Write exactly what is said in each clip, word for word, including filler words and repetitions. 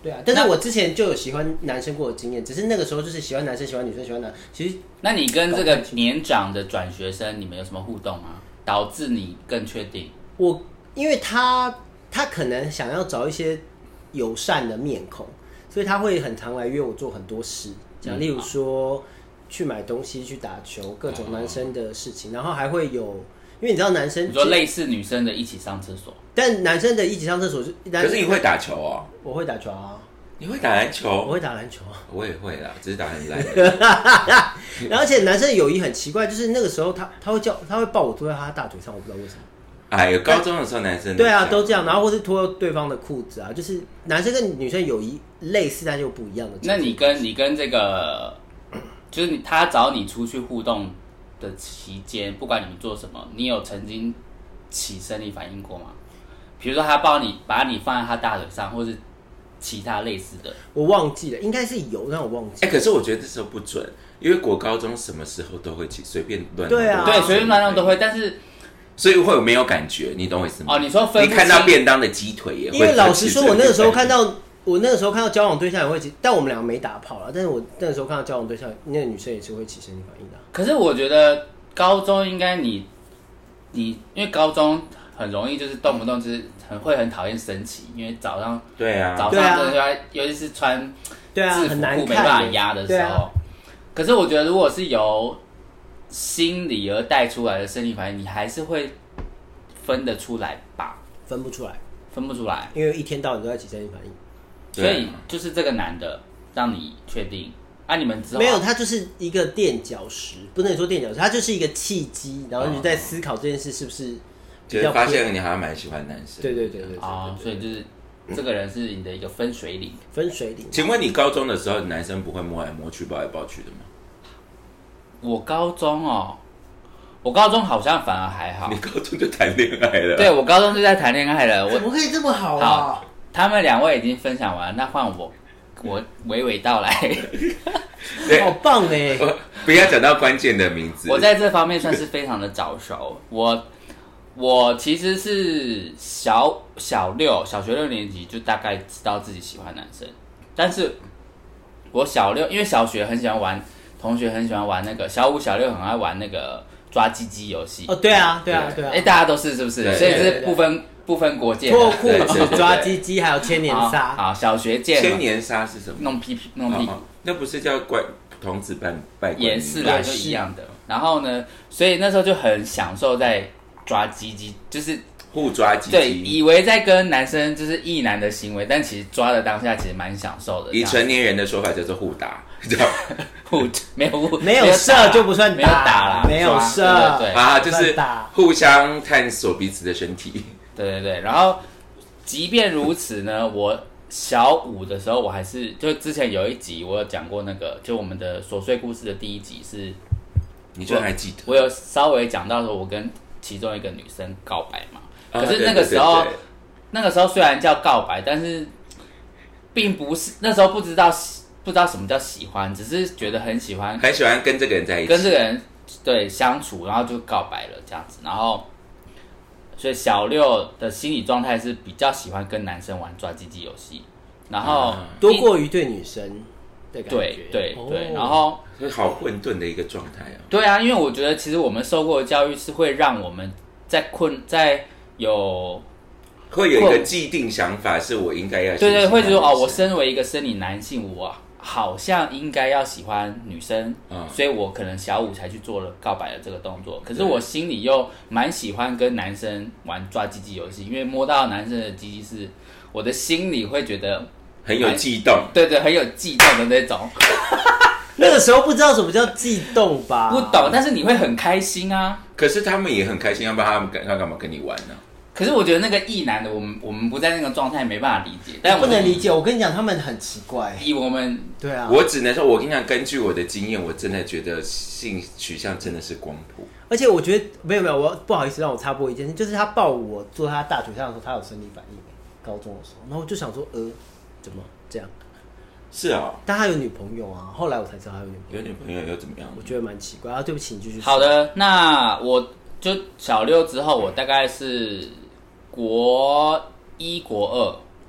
对啊，但是我之前就有喜欢男生过的经验，只是那个时候就是喜欢男生、喜欢女生、喜欢男。其实， 那你跟这个年长的转学生，你们有什么互动吗？导致你更确定？ 我因为他他可能想要找一些友善的面孔，所以他会很常来约我做很多事，讲、嗯、例如说去买东西、去打球，各种男生的事情，然后还会有。因为你知道男生， 你说类似女生的一起上厕所， 但男生的一起上厕所是， 可是你会打球哦？ 我会打球啊， 你会打篮球？ 我会打篮球啊， 我也会啦，只是打很烂。 而且男生的友谊很奇怪，就是那个时候他他会叫他会抱我坐在他大腿上，我不知道为什么。 哎呦，高中的时候男生对啊都这样，然后或是脱对方的裤子啊，就是男生跟女生友谊类似但又不一样的。 那你跟你跟这个，就是你他找你出去互动的期间，不管你们做什么，你有曾经起生理反应过吗？比如说他帮你把你放在他大腿上，或是其他类似的， 我忘记了，应该是有，但我忘记了。 哎、欸，可是我觉得这时候不准，因为国高中什么时候都会起，随便乱对啊， 对，随便乱弄都会，但是所以会有没有感觉，你懂我意思吗？ 哦，你说分你看到便当的鸡腿也会， 因为老实说，我那个时候看到。我那个时候看到交往对象也会起，但我们两个没打炮了。但是我那个时候看到交往对象，那个女生也是会起生理反应的、啊。 可是我觉得高中应该你你因为高中很容易就是动不动就是很会很讨厌升旗，因为早上对啊早上真的要、啊、尤其是穿对啊制服裤没办法压的时候、啊。可是我觉得如果是由心理而带出来的生理反应，你还是会分得出来吧？ 分不出来， 分不出来， 因为一天到晚都在起生理反应。 所以就是这个男的让你确定啊？你们之后没有，他就是一个垫脚石，不能说垫脚石，他就是一个契机，然后你在思考这件事是不是就是发现你好像蛮喜欢男生。 对对对对啊，所以就是这个人是你的一个分水岭， 分水岭。 请问你高中的时候，男生不会摸来摸去、抱来抱去的吗？ 我高中哦，我高中好像反而还好。 你高中就谈恋爱了？ 对，我高中就在谈恋爱了。我怎么可以这么好啊？好， 他们两位已经分享完，那换我，我娓娓道来。 好棒哎！ 不要讲到关键的名字。 我在这方面算是非常的早熟。我我其实是小小六小学六年级就大概知道自己喜欢男生，但是我小六因为小学很喜欢玩，同学很喜欢玩那个小五小六很爱玩那个抓鸡鸡游戏。 哦，对啊，对啊，对啊。 哎、欸，大家都是是不是？所以是不分。不分国界， 脱裤子、抓鸡鸡，还有千年杀。 好，小学见。 千年杀是什么？ 弄屁屁，弄屁股。 那不是叫怪童子拜拜？ 也是啦，就一样的。然后呢，所以那时候就很享受在抓鸡鸡，就是互抓鸡鸡。 对，以为在跟男生就是异男的行为，但其实抓的当下其实蛮享受的。 以成年人的说法叫做互打，知道互没有互没有射就不算打， 没有打啦， 没有射， 对啊，就是互相探索彼此的身体。 对对对，然后即便如此呢，我小五的时候，我还是就之前有一集我有讲过那个，就我们的琐碎故事的第一集是， 你居然还记得？ 我有稍微讲到说，我跟其中一个女生告白嘛， 啊、 可是那个时候， 对对对对那个时候虽然叫告白，但是并不是那时候不知道不知道什么叫喜欢，只是觉得很喜欢， 很喜欢跟这个人在一起， 跟这个人对相处，然后就告白了这样子，然后。所以小六的心理状态是比较喜欢跟男生玩抓鸡鸡游戏，然后、嗯、 多过于对女生的感觉。 对对对， 哦、 然后好混沌的一个状态啊。 对啊，因为我觉得其实我们受过的教育是会让我们在困在有会有一个既定想法，是我应该要对对，会觉得哦，我身为一个生理男性，我好像应该要喜欢女生，嗯、所以我可能小五才去做了告白的这个动作。可是我心里又蛮喜欢跟男生玩抓鸡鸡游戏，因为摸到男生的鸡鸡是我的心里会觉得很有悸动， 对对，很有悸动的那种。 那个时候不知道什么叫悸动吧？ 不懂，但是你会很开心啊。 可是他们也很开心，要不然他们干干嘛跟你玩呢？ 可是我觉得那个异男的，我们我们不在那个状态，没办法理解。但不能理解，我跟你讲，他们很奇怪。 以我们对啊， 我只能说，我跟你讲，根据我的经验，我真的觉得性取向真的是光谱。 而且我觉得没有没有，我不好意思让我插播一件事，就是他抱我坐他大腿上的时候，他有生理反应。高中的时候，然后我就想说，呃，怎么这样？ 是啊， 但他有女朋友啊，后来我才知道他有女朋友。 有女朋友又怎么样？ 我觉得蛮奇怪啊。对不起，你继续说。 好的，那我就小六之后，我大概是国一、国二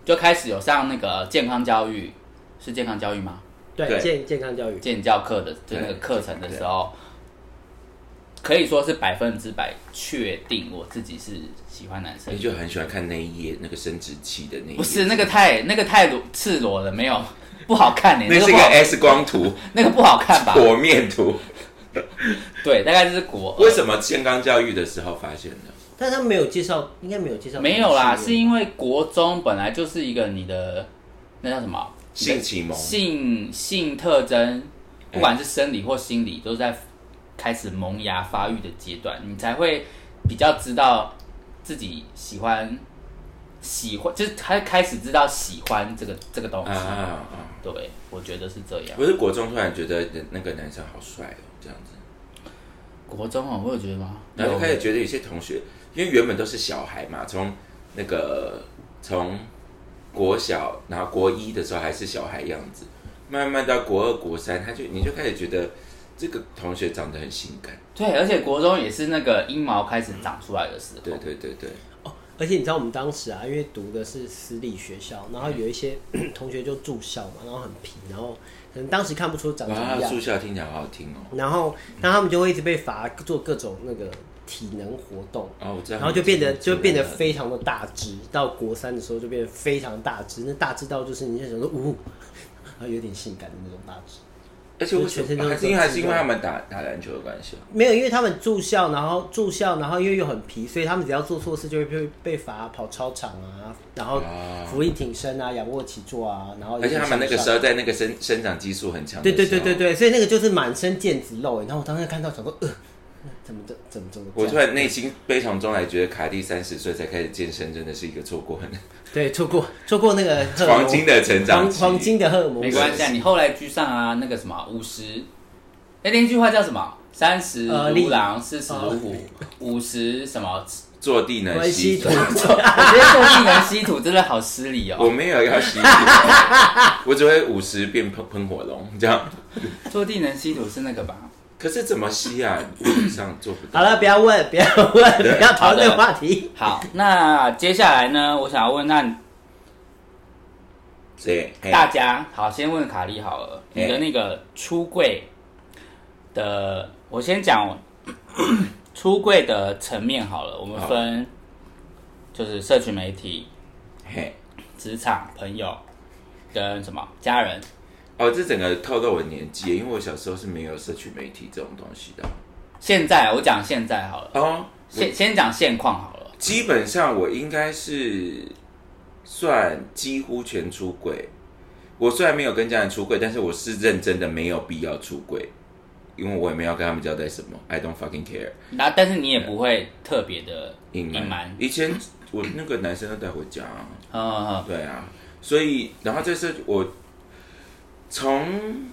就开始有上那个健康教育，是健康教育吗？ 对，健健康教育健教课的就那个课程的时候，可以说是百分之百确定我自己是喜欢男生。 你就很喜欢看那一页那个生殖器的那一页？ 不是那个太那个太赤裸了，没有不好看呢、欸。 那是一个 X 光图， 那个不好看吧？ 剖面图。 对，大概就是国。 为什么健康教育的时候发现的？ 但是他没有介绍，应该没有介绍。 没有啦，是因为国中本来就是一个你的那叫什么性启蒙、 性性特征，不管是生理或心理，都在开始萌芽发育的阶段，你才会比较知道自己喜欢喜欢，就是他开始知道喜欢这个这个东西。啊啊啊对，我觉得是这样。 我是国中突然觉得那个男生好帅哦，这样子。 国中哦，我有觉得吗？ 然后就开始觉得有些同学，因为原本都是小孩嘛，从那个从国小，然后国一的时候还是小孩样子，慢慢到国二、国三，他就你就开始觉得这个同学长得很性感。 对，而且国中也是那个阴毛开始长出来的时候。 对对对对。 哦，而且你知道我们当时啊，因为读的是私立学校，然后有一些同学就住校嘛，然后很皮，然后可能当时看不出长怎么样。 住校听起来好好听哦。 然后，那他们就会一直被罚做各种那个体能活动， 哦，我知道。 然后就变得就变得非常的大只，到国三的时候就变得非常大只，那大只到就是你就想说，呜，然后有点性感的那种大只。 而且我全身都是，因为还是因为他们打打篮球的关系、啊、 没有，因为他们住校，然后住校，然后因为又很皮，所以他们只要做错事就会被被罚跑操场啊，然后俯卧挺身啊、仰卧起坐啊，然后而且他们那个时候在那个生生长激素很强的时候， 对对对对对，所以那个就是满身腱子肉，然后我当时看到想说，呃，怎么怎怎么怎么？ 我突然内心悲从中来，觉得卡蒂三十岁才开始健身，真的是一个错过很对错过错过那个黄金的成长期， 黄金的荷尔蒙。 没关系，你后来居上啊，那个什么五十。哎，那句话叫什么？三十如狼，四十如虎，五十什么？ 坐地能吸土。 我觉得坐地能吸土真的好失礼哦。 我没有要吸土，我只会五十变喷喷火龙这样。 坐地能吸土是那个吧？ 可是怎么吸啊？物理上做不到。 好了，不要问，不要问，不要讨论这个话题。 好，那接下来呢？我想要问，那谁？ 大家好，先问卡莉好了，你的那个出柜的，我先讲出柜的层面好了，我们分就是社群媒体、职场、朋友跟什么家人。 哦，这整个透露我年纪，因为我小时候是没有社群媒体这种东西的。 现在我讲现在好了，哦，先先讲现况好了。 基本上我应该是算几乎全出柜。我虽然没有跟家人出柜，但是我是认真的没有必要出柜。因为我也没有跟他们交代什么 ，I don't fucking care。 然后，但是你也不会特别的隐瞒。 以前我那个男生都带回家、啊， 嗯嗯， 对啊，所以然后这是我从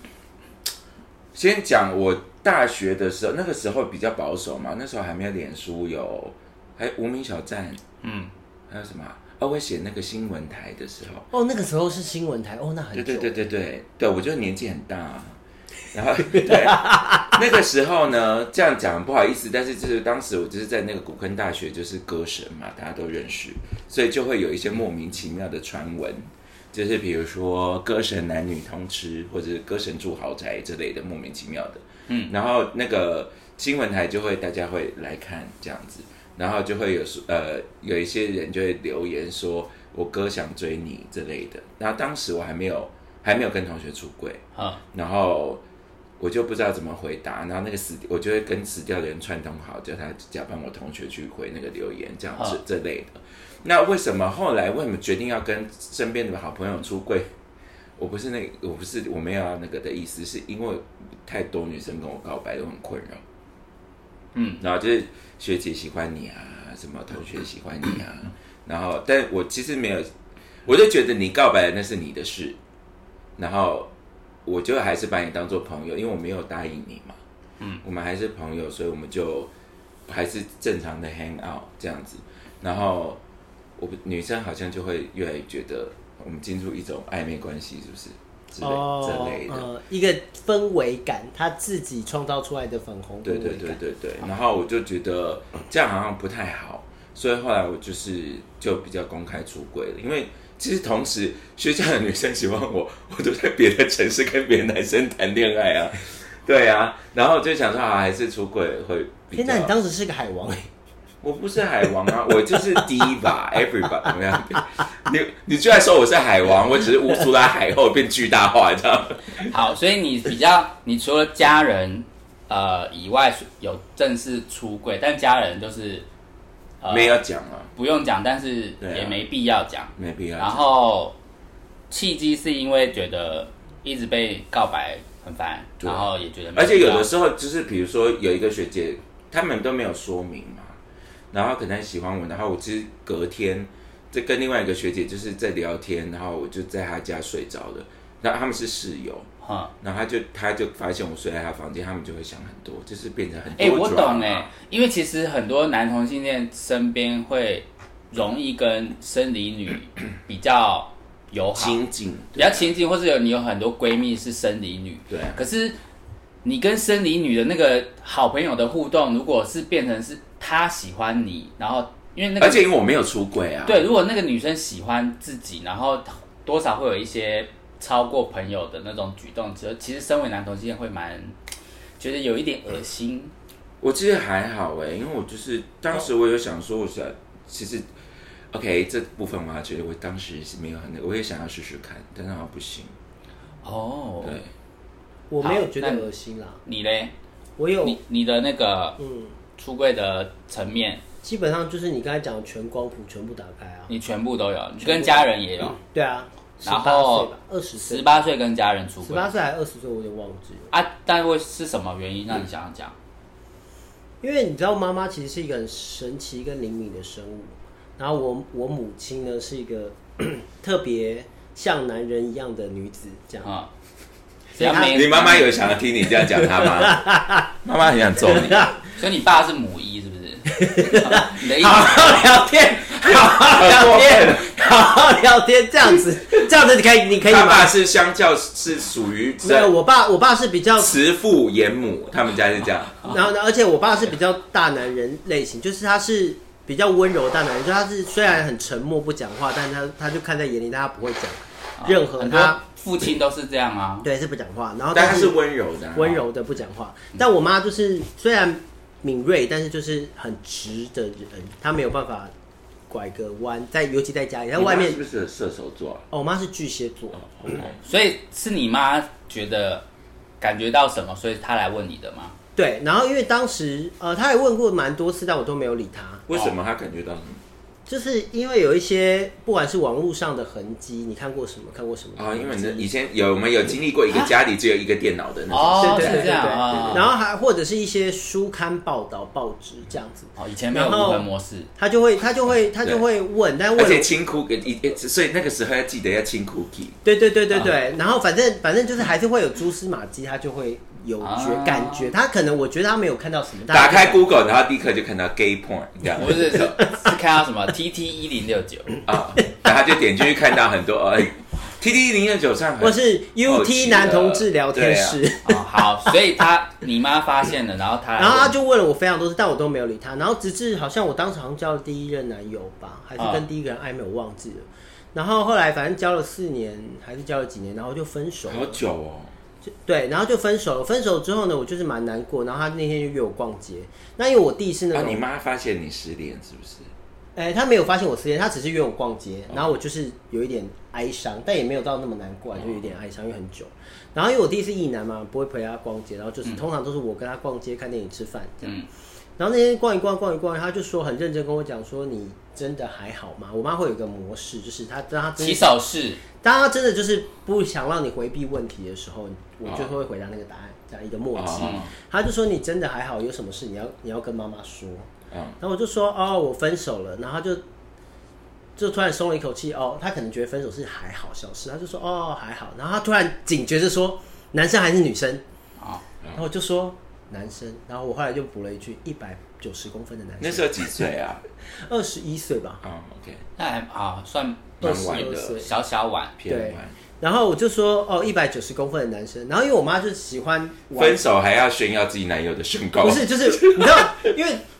先讲我大学的时候，那个时候比较保守嘛，那时候还没有脸书，有还有无名小站，嗯，还有什么、啊？哦，我写那个新闻台的时候， 哦，那个时候是新闻台，哦，那很久， 对对对对对，对我觉得年纪很大、啊。然后对那个时候呢，这样讲不好意思，但是就是当时我就是在那个古坑大学，就是歌神嘛，大家都认识，所以就会有一些莫名其妙的传闻，就是比如说歌神男女通吃，或者是歌神住豪宅之类的莫名其妙的。嗯，然后那个新闻台就会大家会来看这样子，然后就会有呃有一些人就会留言说我哥想追你之类的。然后当时我还没有还没有跟同学出柜，啊，然后。我就不知道怎么回答，然后那个死，我就会跟死掉的人串通好，叫他假扮我同学去回那个留言，这样子、哦、这类的。那为什么后来为什么决定要跟身边的好朋友出柜？我不是那，我不是我没有要那个的意思，是因为太多女生跟我告白都很困扰。嗯，然后就是学姐喜欢你啊，什么同学喜欢你啊，然后但我其实没有，我就觉得你告白的那是你的事，然后。我就还是把你当做朋友，因为我没有答应你嘛，嗯，我们还是朋友，所以我们就还是正常的 hang out 这样子。然后我女生好像就会越来越觉得我们进入一种暧昧关系，是不是之类、哦、这类的、呃， 一个氛围感，他自己创造出来的粉红氛围感。 对对对对对。然后我就觉得这样好像不太好，所以后来我就是就比较公开出柜了，因为其实同时学校的女生喜欢我，我都在别的城市跟别的男生谈恋爱啊，对啊，然后就想说啊，还是出轨会比较。 天哪，你当时是个海王哎、欸！ 我不是海王啊，我就是 diva everybody 怎么样？你你居然说我是海王，我只是乌苏拉海后变巨大化这样。 好，所以你比较，你除了家人呃以外有正式出柜，但家人就是。 呃、没有讲啊， 不用讲，但是也没必要讲， 啊、没必要。 然后契机是因为觉得一直被告白很烦，然后也觉得没必要， 而且有的时候就是比如说有一个学姐，他们都没有说明嘛，然后可能喜欢我，然后我其实隔天在跟另外一个学姐就是在聊天，然后我就在她家睡着了，然后他们是室友。嗯、然后他就他就发现我睡在他房间，他们就会想很多，就是变成很多。哎、 欸，我懂哎、欸，因为其实很多男同性恋身边会容易跟生理女比较友好、 亲近， 比较亲近，或是有你有很多闺蜜是生理女， 对、啊。 可是你跟生理女的那个好朋友的互动，如果是变成是她喜欢你，然后因为那个， 而且因为我没有出轨啊， 对，如果那个女生喜欢自己，然后多少会有一些。超过朋友的那种举动，其实身为男同性恋会蛮觉得有一点恶心。 我其实还好哎、欸，因为我就是当时我有想说，我想其实 OK 这部分我还觉得我当时是没有很，我也想要试试看，但是好像不行。 哦， 对， 我没有觉得恶心啦。 你嘞？ 我有你你的那个嗯出柜的层面， 基本上就是你刚才讲的全光谱全部打开啊， 你全部都有，你跟家人也有， 嗯、对啊。 然后二十岁， 十八岁跟家人出轨， 十八岁还二十岁，我有点忘记了啊。但会是什么原因让你想要讲？ 因为你知道，妈妈其实是一个很神奇跟灵敏的生物，然后我我母亲呢是一个特别像男人一样的女子，这样。啊、 嗯，你妈妈有想要听你这样讲她吗？妈妈很想揍你， 所以你爸是母一是不是？ 你的意思好好聊天，好好聊天。好好聊天，这样子，这样子你可以，你可以。 他爸是相较是属于没有，我爸，我爸是比较慈父严母，他们家是这样。 然后，而且我爸是比较大男人类型，就是他是比较温柔的大男人，就他是虽然很沉默不讲话，但是他他就看在眼里，但他不会讲任何他。 他父亲都是这样啊， 对，是不讲话，然后但他是温柔的， 温柔的不讲话。但我妈就是虽然敏锐，但是就是很直的人，她没有办法。拐个弯，在尤其在家里，在外面是不是射手座、啊？ 哦，我妈是巨蟹座、哦嗯，所以是你妈觉得感觉到什么，所以她来问你的吗？ 对，然后因为当时呃，她也问过蛮多次，但我都没有理她。 为什么她感觉到什么？ 就是因为有一些不管是网络上的痕迹，你看过什么？看过什么？ 啊、哦，因为你以前有没有经历过一个家里只有一个电脑的那种？ 哦， 对对对对对。 哦、 然后还或者是一些书刊报道、报纸这样子。 哦，以前没有无痕模式， 他就会他就会他就会问，但问而且清 cookie， 所以那个时候要记得要清 cookie。 对对对对对。哦、然后反正反正就是还是会有蛛丝马迹，他就会。有觉、啊、感觉，他可能我觉得他没有看到什么。 打开 Google， 然后立刻就看到 gay porn， 这样。 不是，是看到什么 T T 一零六九啊， 然后他就点进去看到很多呃 T T 一零六九上， 或是 U T 男同志聊天室。 啊哦、好，所以他你妈发现了，然后他， 然后他就问了我非常多次，但我都没有理他。然后直至好像我当时好像交了第一任男友吧，还是跟第一个人暧昧，我忘记了。然后后来反正交了四年，还是交了几年，然后就分手了。 好久哦。 对，然后就分手了。分手之后呢，我就是蛮难过。然后他那天就约我逛街。那因为我弟是那种， 啊、你妈发现你失恋是不是？ 哎、欸，他没有发现我失恋，他只是约我逛街。然后我就是有一点哀伤，但也没有到那么难过，就有点哀伤，因为很久。然后因为我弟是异男嘛，不会陪他逛街，然后就是、嗯、通常都是我跟他逛街、看电影、吃饭这样。嗯、然后那天逛一逛、逛一逛，他就说很认真跟我讲说：“你真的还好吗？”我妈会有一个模式，就是她当她起手式， 当她真的就是不想让你回避问题的时候，我就会回答那个答案，这样一个默契。他就说：“你真的还好？有什么事你要你要跟妈妈说。”然后我就说：“哦，我分手了。”然后他就就突然松了一口气。哦，他可能觉得分手是还好小事，他就说：“哦，还好。”然后他突然警觉着说：“男生还是女生？”然后我就说。男生，然后我后来就补了一句一百九十公分的男生。 那时候几岁啊？ 二十一岁吧。 哦 ，OK， 那还啊算蛮晚的，小小晚偏晚。 然后我就说哦，一百九十公分的男生。然后因为我妈就喜欢分手还要炫耀自己男友的身高， 不是，就是你知道，因为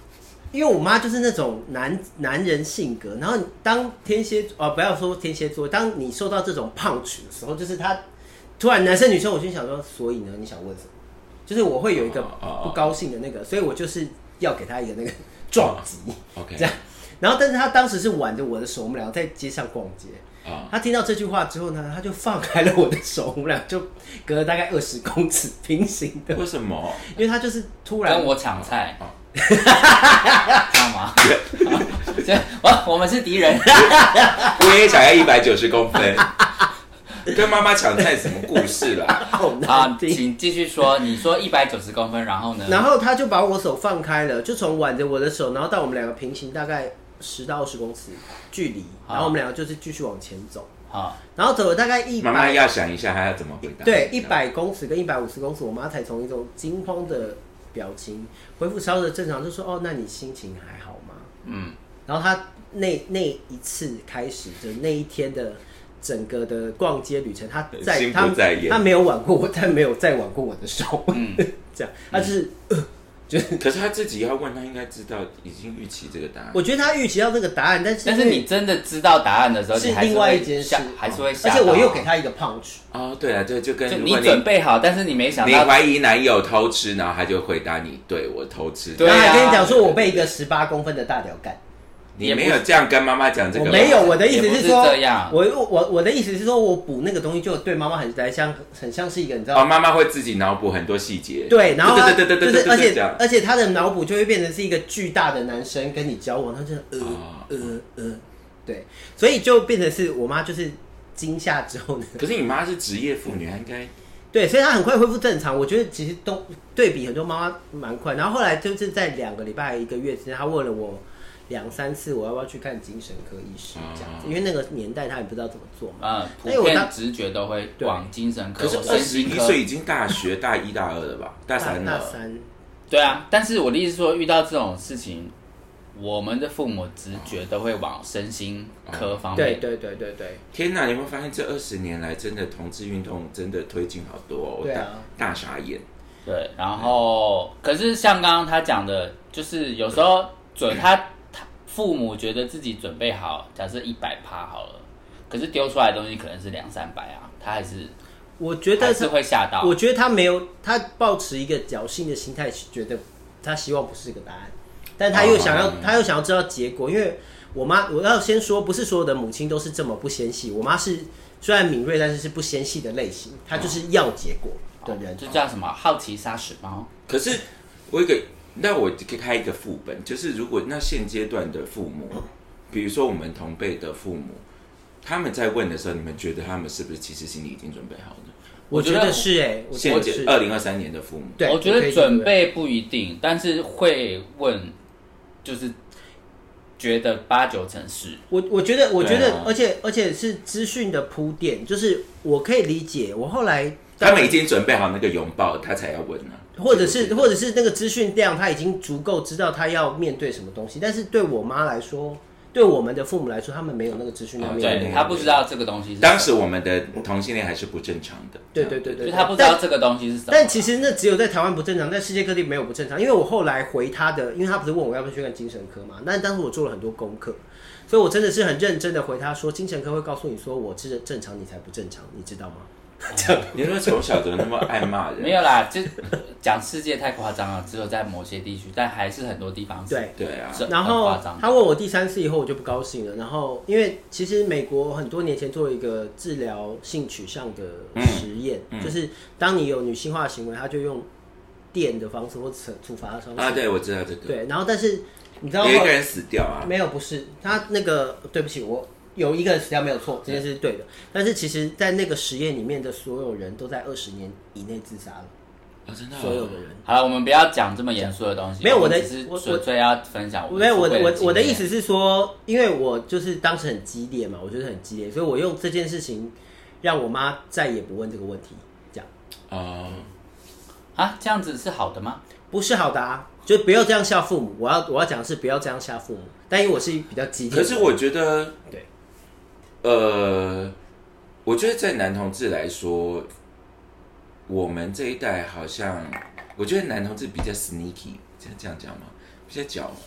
因为我妈就是那种男男人性格，然后当天蝎哦，不要说天蝎座，当你受到这种punch的时候，就是他突然男生女生，我就想说，所以呢，你想问什么？就是我会有一个不高兴的那个，所以我就是要给他一个那个撞击， OK， 这样。然后，但是他当时是挽着我的手，我们两个在街上逛街。他听到这句话之后呢，他就放开了我的手，我们俩就隔了大概二十公尺平行的。 为什么？ 因为他就是突然跟我抢菜，知道吗？我我们是敌人。 我也想要一百九十公分。跟妈妈抢菜什么故事啦？ 好，请继续说。你说一百九十公分，然后呢？ 然后他就把我手放开了，就从挽着我的手，然后到我们两个平行大概十到二十公尺距离，然后我们两个就是继续往前走。 好， 然后走了大概一百， 妈妈要想一下，她要怎么回答？ 对，一百公尺跟一百五十公尺，我妈才从一种惊慌的表情恢复稍的正常，就说：“哦，那你心情还好吗？”嗯，然后她那那一次开始的那一天的。整个的逛街旅程，他在心不在焉， 他没有挽过我，他没有再挽过我的手，嗯，这样，他就是，嗯呃、就是。 可是他自己要问，他应该知道，已经预期这个答案。 我觉得他预期到这个答案，但是但是你真的知道答案的时候， 是另外一件事， 还是会吓到。 而且我又给他一个 punch。 哦，对啊，对，就跟就你准备好，但是你没想到， 你怀疑男友偷吃，然后他就回答你，对我偷吃， 对、啊，然后还跟你讲说我被一个十八公分的大屌干。 你没有这样跟妈妈讲这个， 我没有，我的意思是说， 这样我我我的意思是说，我补那个东西就对妈妈很来像，很像是一个你知道， 哦，妈妈会自己脑补很多细节， 对，然后对对对对对， 就是而且而且他的脑补就会变成是一个巨大的男生跟你交往，他就呃呃呃，对，所以就变成是我妈就是惊吓之后呢， 可是你妈是职业妇女，她应该。 对，所以她很快恢复正常。我觉得其实都对比很多妈妈蛮快，然后后来就是在两个礼拜一个月之间，她问了我。两三次，我要不要去看精神科医师这样子？因为那个年代他也不知道怎么做嘛。 嗯，普遍直觉都会往精神科。 可是二十一岁已经大学大一大二了吧？大三了。 大三。 对啊，但是我的意思是说，遇到这种事情，我们的父母直觉都会往身心科方面。 对对对对对。 天哪！你有没有发现这二十年来，真的同志运动真的推进好多哦？ 对啊， 大傻眼。 对，然后可是像刚刚他讲的，就是有时候准他。父母觉得自己准备好，假设一百趴好了，可是丢出来的东西可能是两三百啊，他还是， 我觉得还是会吓到。 我觉得他没有，他抱持一个侥幸的心态，觉得他希望不是个答案，但他又想要， oh, 他又想要知道结果。因为我妈，我要先说，不是所有的母亲都是这么不纤细。我妈是虽然敏锐，但是是不纤细的类型，她就是要结果的人， oh, 就叫什么好奇杀死猫。 可是我有一个。那我可以开一个副本，就是如果那现阶段的父母，比如说我们同辈的父母，他们在问的时候，你们觉得他们是不是其实心里已经准备好了？ 我觉得是哎、欸，我觉得是二零二三年的父母， 对，我觉得准备不一定，但是会问，就是觉得八九成是。 我我觉得，我觉得，啊、而且而且是资讯的铺垫，就是我可以理解。我后来他们已经准备好那个拥抱，他才要问呢、啊。 或者是，或者是那个资讯量，他已经足够知道他要面对什么东西。但是对我妈来说，对我们的父母来说，他们没有那个资讯量、哦。 对，他不知道这个东西是。 当时我们的同性恋还是不正常的。 对对对对， 就他不知道这个东西是什么。 但其实那只有在台湾不正常，在世界各地没有不正常。因为我后来回他的，因为他不是问我要不要去看精神科嘛，但当时我做了很多功课，所以我真的是很认真的回他说，精神科会告诉你说我是正常，你才不正常，你知道吗？ 你说从小怎么那么爱骂人？ 没有啦，就讲世界太夸张了，只有在某些地区，但还是很多地方是。 对对啊。 然后他问我第三次以后，我就不高兴了。然后因为其实美国很多年前做了一个治疗性取向的实验，嗯嗯、就是当你有女性化的行为，他就用电的方式或处罚的方式。 啊，对，我知道这个。 对，然后但是你知道有一个人死掉啊？ 没有，不是他那个，对不起我。有一个人死掉没有错，这件事是对的。但是其实，在那个实验里面的所有人都在二十年以内自杀了。 啊，真的、哦？ 所有的人。 好了，我们不要讲这么严肃的东西。 没有，我的只是纯粹要分享我。 没有，我的我我的意思是说，因为我就是当时很激烈嘛，我觉得很激烈，所以我用这件事情让我妈再也不问这个问题，这样。 哦、 嗯。啊，这样子是好的吗？ 不是好的啊，就不要这样吓父母。我要我要讲的是不要这样吓父母，但因为我是比较激烈。 可是我觉得， 对。 呃，我觉得在男同志来说，我们这一代好像，我觉得男同志比较 sneaky，这样讲吗？比较狡猾。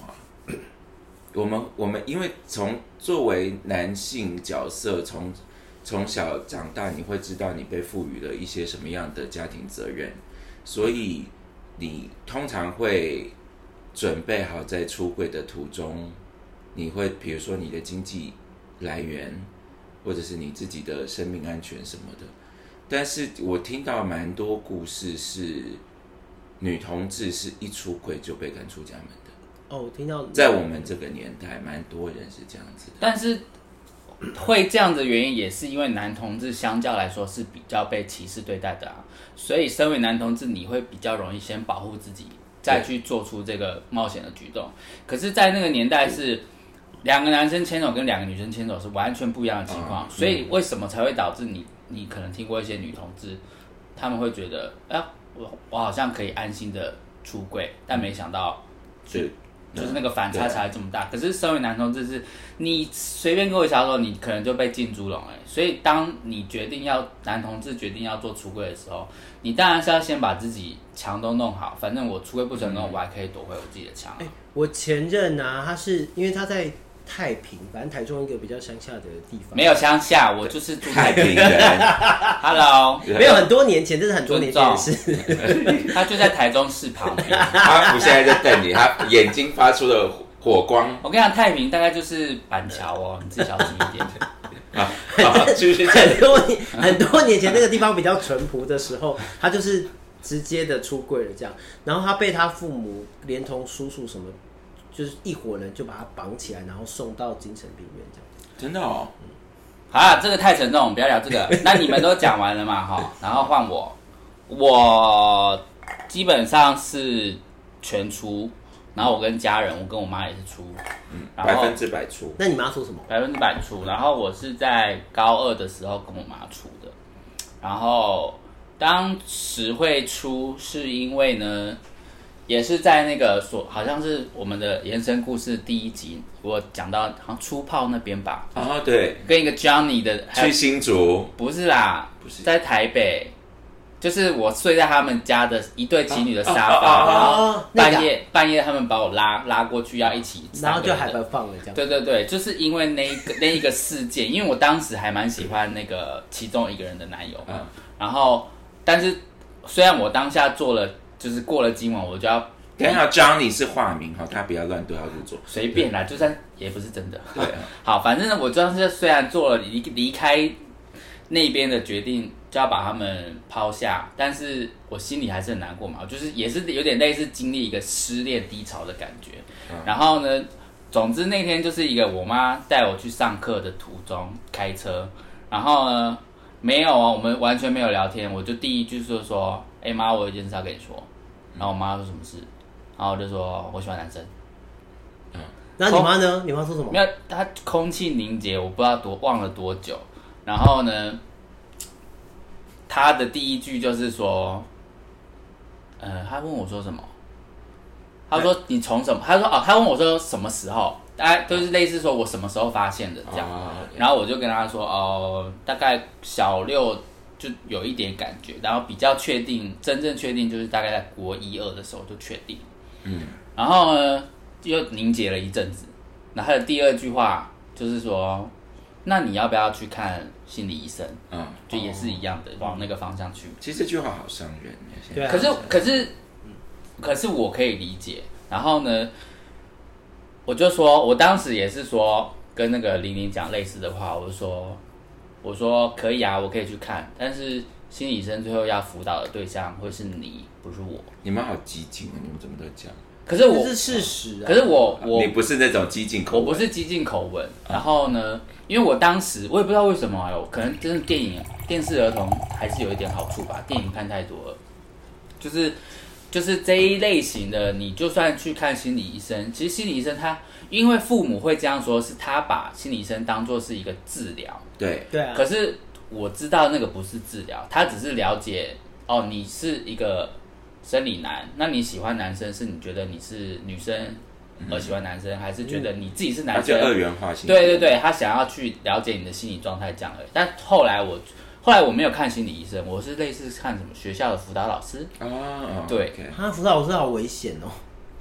我们我们因为从作为男性角色，从从小长大，你会知道你被赋予了一些什么样的家庭责任，所以你通常会准备好在出柜的途中，你会比如说你的经济来源，或者是你自己的生命安全什么的。但是我听到蛮多故事是女同志是一出柜就被赶出家门的。 哦，我听到在我们这个年代，蛮多人是这样子的。 但是会这样的原因，也是因为男同志相较来说是比较被歧视对待的啊，所以身为男同志，你会比较容易先保护自己，再去做出这个冒险的举动。可是，在那个年代是两个男生牵手跟两个女生牵手是完全不一样的情况，嗯、所以为什么才会导致你？你可能听过一些女同志，他们会觉得，哎、啊，我我好像可以安心的出柜，但没想到， 是就是那个反差才这么大。可是身为男同志是，你随便跟我小时候，你可能就被进猪笼哎。所以当你决定要男同志决定要做出柜的时候，你当然是要先把自己墙都弄好，反正我出柜不成功，嗯、我还可以夺回我自己的墙、啊欸。我前任啊，他是因为他在太平，反正台中一个比较乡下的地方。 没有乡下，我就是住太平人。 Hello， 没有很多年前，这是很多年前的事。 他就在台中市旁边。 阿福现在在瞪你，他眼睛发出了火光。 我跟你讲，太平大概就是板桥哦，你自己小心一点。 啊，就是很多年很多年前那个地方比较淳朴的时候，他就是直接的出柜了这样，然后他被他父母连同叔叔什么。就是一伙人就把他绑起来，然后送到精神病院这样。 真的哦， 嗯、好啊，这个太沉重，不要聊这个。那你们都讲完了嘛？哈，然后换我，我基本上是全出，然后我跟家人，我跟我妈也是出， 嗯，百分之百出。 那你妈说什么？ 百分之百出。然后我是在高二的时候跟我妈出的，然后当时会出是因为呢。也是在那个所，好像是我们的延伸故事第一集，我讲到好像初炮那边吧。 哦，对， 跟一个 Johnny 的去新竹， 不是啦， 不是在台北，就是我睡在他们家的一对情侣的沙发，然后半夜半夜他们把我拉拉过去要一起， 然后就海白放了这样。 对对对，就是因为那一个那一个事件，因为我当时还蛮喜欢那个其中一个人的男友，嗯、然后但是虽然我当下做了。就是过了今晚，我就要。 等一下 ，Johnny 是化名哈，他不要乱对号入座。 随便啦，就算也不是真的。 对、啊， 好，反正我当时虽然做了离离开那边的决定，就要把他们抛下，但是我心里还是很难过嘛，就是也是有点类似经历一个失恋低潮的感觉。嗯、然后呢，总之那天就是一个我妈带我去上课的途中开车，然后呢没有哦，我们完全没有聊天，我就第一句就是说，哎、欸、妈，我有一件事要跟你说。然后我妈说什么事，然后我就说我喜欢男生。 嗯，然后你妈呢？你妈说什么？ 没有，她空气凝结，我不知道多忘了多久。然后呢，她的第一句就是说，呃，她问我说什么？她说你从什么？她说哦，她问我说什么时候？大概都是类似说我什么时候发现的这样。哦、然后我就跟她说哦，大概小六。就有一点感觉，然后比较确定，真正确定就是大概在国一二的时候就确定。嗯，然后呢又凝结了一阵子，然后他的第二句话就是说，那你要不要去看心理医生？嗯，就也是一样的，哦、往那个方向去。 其实这句话好伤人， 对、啊。可是可是可是我可以理解。然后呢，我就说我当时也是说跟那个玲玲讲类似的话，我就说。我说可以啊，我可以去看，但是心理医生最后要辅导的对象会是你，不是我。 你们好激进啊！你们怎么都这样？ 可是我这是事实啊。 可是我我你不是那种激进口吻， 我不是激进口吻。然后呢，因为我当时我也不知道为什么有可能真的电影电视儿童还是有一点好处吧，电影看太多了，就是就是这一类型的，你就算去看心理医生，其实心理医生他因为父母会这样说，是他把心理医生当作是一个治疗。 对对啊， 可是我知道那个不是治疗，他只是了解哦，你是一个生理男，那你喜欢男生是你觉得你是女生而喜欢男生，嗯、还是觉得你自己是男生？ 他就二元化心理。 对对对，他想要去了解你的心理状态这样而已。但后来我后来我没有看心理医生，我是类似看什么学校的辅导老师。 哦， 对， 他、啊、辅导老师好危险哦。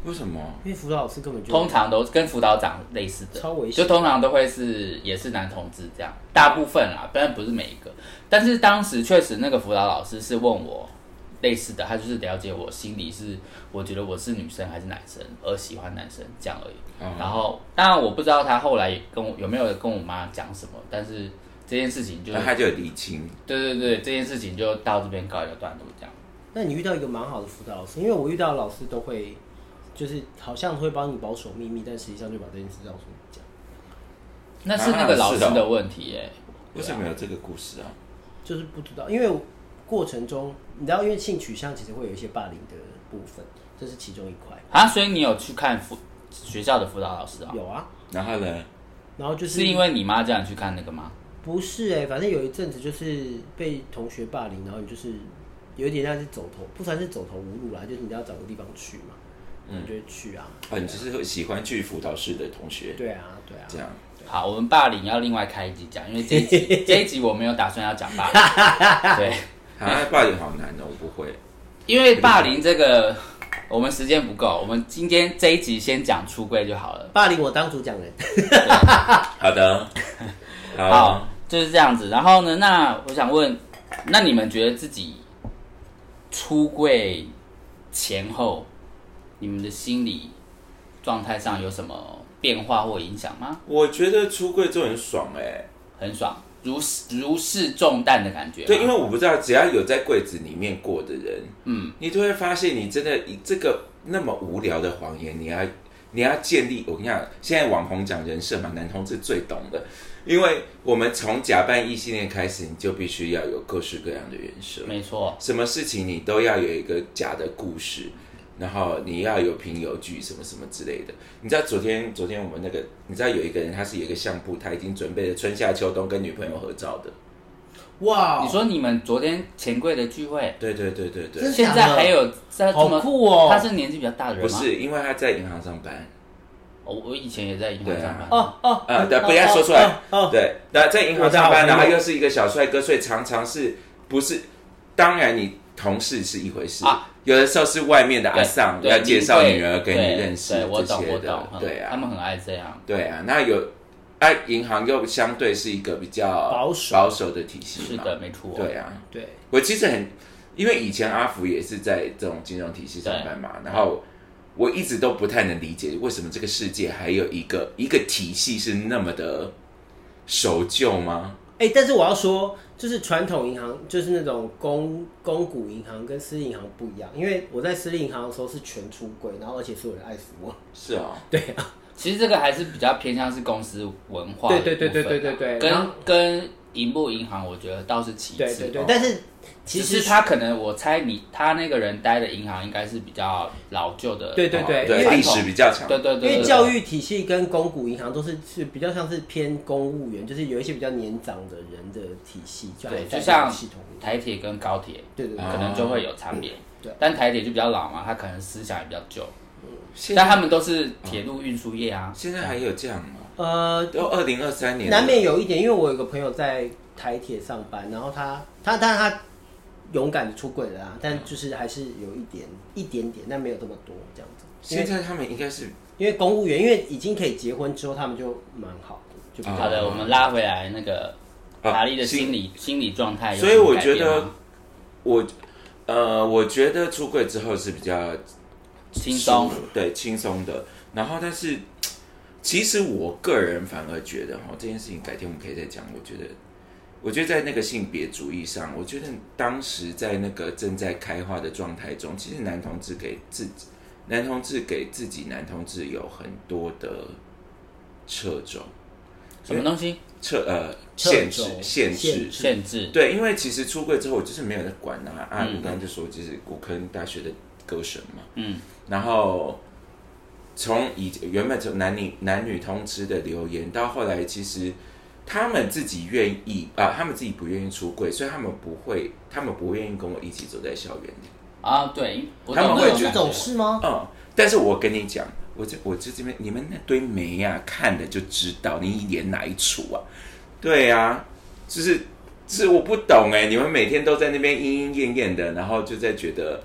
为什么？ 因为辅导老师根本就通常都跟辅导长类似的， 超危险， 就通常都会是也是男同志这样，大部分啦，当然不是每一个。但是当时确实那个辅导老师是问我类似的，他就是了解我心里是我觉得我是女生还是男生而喜欢男生这样而已。嗯、然后当然我不知道他后来跟我有没有跟我妈讲什么，但是这件事情就他就有厘清。 对对对，这件事情就到这边告一个段落这样。 那你遇到一个蛮好的辅导老师，因为我遇到的老师都会。就是好像会帮你保守秘密，但实际上就把这件事告诉你讲。 那是那个老师的问题耶、欸。 为什么有这个故事啊？ 就是不知道，因为过程中你知道，因为性取向其实会有一些霸凌的部分，这是其中一块啊。所以你有去看辅学校的辅导老师啊？ 有啊。 然后呢？ 然后就是是因为你妈叫你去看那个吗？ 不是哎、欸，反正有一阵子就是被同学霸凌，然后你就是有一点像是走投，不算是走投无路啦，就是你要找个地方去嘛。嗯，就会去啊。 啊，你就是喜欢去辅导室的同学。 对啊，对啊。 这样。 好，我们霸凌要另外开一集讲，因为这一集这一集我没有打算要讲霸凌。对。 啊，霸凌好难哦，我不会。 因为霸凌这个，我们时间不够，我们今天这一集先讲出柜就好了。 霸凌我当主讲人。 好的。好, 好，就是这样子。然后呢，那我想问，那你们觉得自己出柜前后？你们的心理状态上有什么变化或影响吗？ 我觉得出柜就很爽哎、欸， 很爽，如如释重担的感觉。 对，因为我不知道，只要有在柜子里面过的人， 嗯， 你就会发现，你真的这个那么无聊的谎言，你要你要建立。我跟你讲，现在网红讲人设嘛，男同志最懂的，因为我们从假扮异性恋开始，你就必须要有各式各样的人设， 没错， 什么事情你都要有一个假的故事。然后你要有凭有据，什么什么之类的。你知道昨天昨天我们那个，你知道有一个人，他是有一个相簿，他已经准备了春夏秋冬跟女朋友合照的。 哇！ 你说你们昨天钱柜的聚会？ 对对对对对。 现在还有在好酷哦！ 他是年纪比较大的人吗？ 不是，因为他在银行上班。 哦，我以前也在银行上班。 哦哦， 啊，对，不要说出来。哦，对，那在银行上班，然后又是一个小帅哥，所以常常是不是？当然，你同事是一回事。啊，有的时候是外面的阿桑要介绍女儿给你认识， 对，我懂， 我懂，对啊， 他们很爱这样， 对啊。那有，哎、啊，银行又相对是一个比较保守保守的体系嘛， 是的，没错， 对啊， 对。 我其实很，因为以前阿福也是在这种金融体系上班嘛，然后我一直都不太能理解为什么这个世界还有一个一个体系是那么的守旧吗？ 哎、欸，但是我要说，就是传统银行，就是那种公公股银行跟私立银行不一样，因为我在私立银行的时候是全出柜，然后而且所有人爱死我。 是啊、哦， 对啊， 其实这个还是比较偏向是公司文化的部分， 对对对对对对对， 跟跟银部银行我觉得倒是其次， 对对对，但是其实他可能我猜你他那个人待的银行应该是比较老旧的， 对对对， 对历史比较长， 对对对， 因为教育体系跟公股银行都是是比较像是偏公务员，就是有一些比较年长的人的体系， 对，就像台铁跟高铁， 对对对， 可能就会有差别， 对， 但台铁就比较老嘛，他可能思想也比较旧，但他们都是铁路运输业啊， 现在还有这样吗？ 呃， 都二零二三年， 难免有一点，因为我有个朋友在台铁上班，然后他他但他勇敢的出柜了啊，但就是还是有一点一点点，但没有这么多这样子。 现在他们应该是因为公务员，因为已经可以结婚之后，他们就蛮好的，就比较好的。我们拉回来那个达利的心理、啊、心理状态， 所以我觉得我呃，我觉得出柜之后是比较轻松， 对，轻松的。然后，但是其实我个人反而觉得哈，这件事情改天我们可以再讲。我觉得，我觉得在那个性别主义上，我觉得当时在那个正在开化的状态中，其实男同志给自己，男同志给自己，男同志有很多的掣肘。 什么东西？ 撤呃限制限制限制。 对，因为其实出柜之后，我就是没有人管啊。啊，我刚刚就说，就是古坑大学的歌神嘛。嗯。然后从以原本从男女男女通吃的留言，到后来其实他们自己愿意啊，他们自己不愿意出柜，所以他们不会，他们不愿意跟我一起走在校园里。 啊，对， 他们会觉得这种事吗？ 嗯，但是我跟你讲。我这我这这边你们那堆媒啊，看了就知道你演哪一出啊？对啊，就是是我不懂哎、欸，你们每天都在那边莺莺燕燕的，然后就在觉得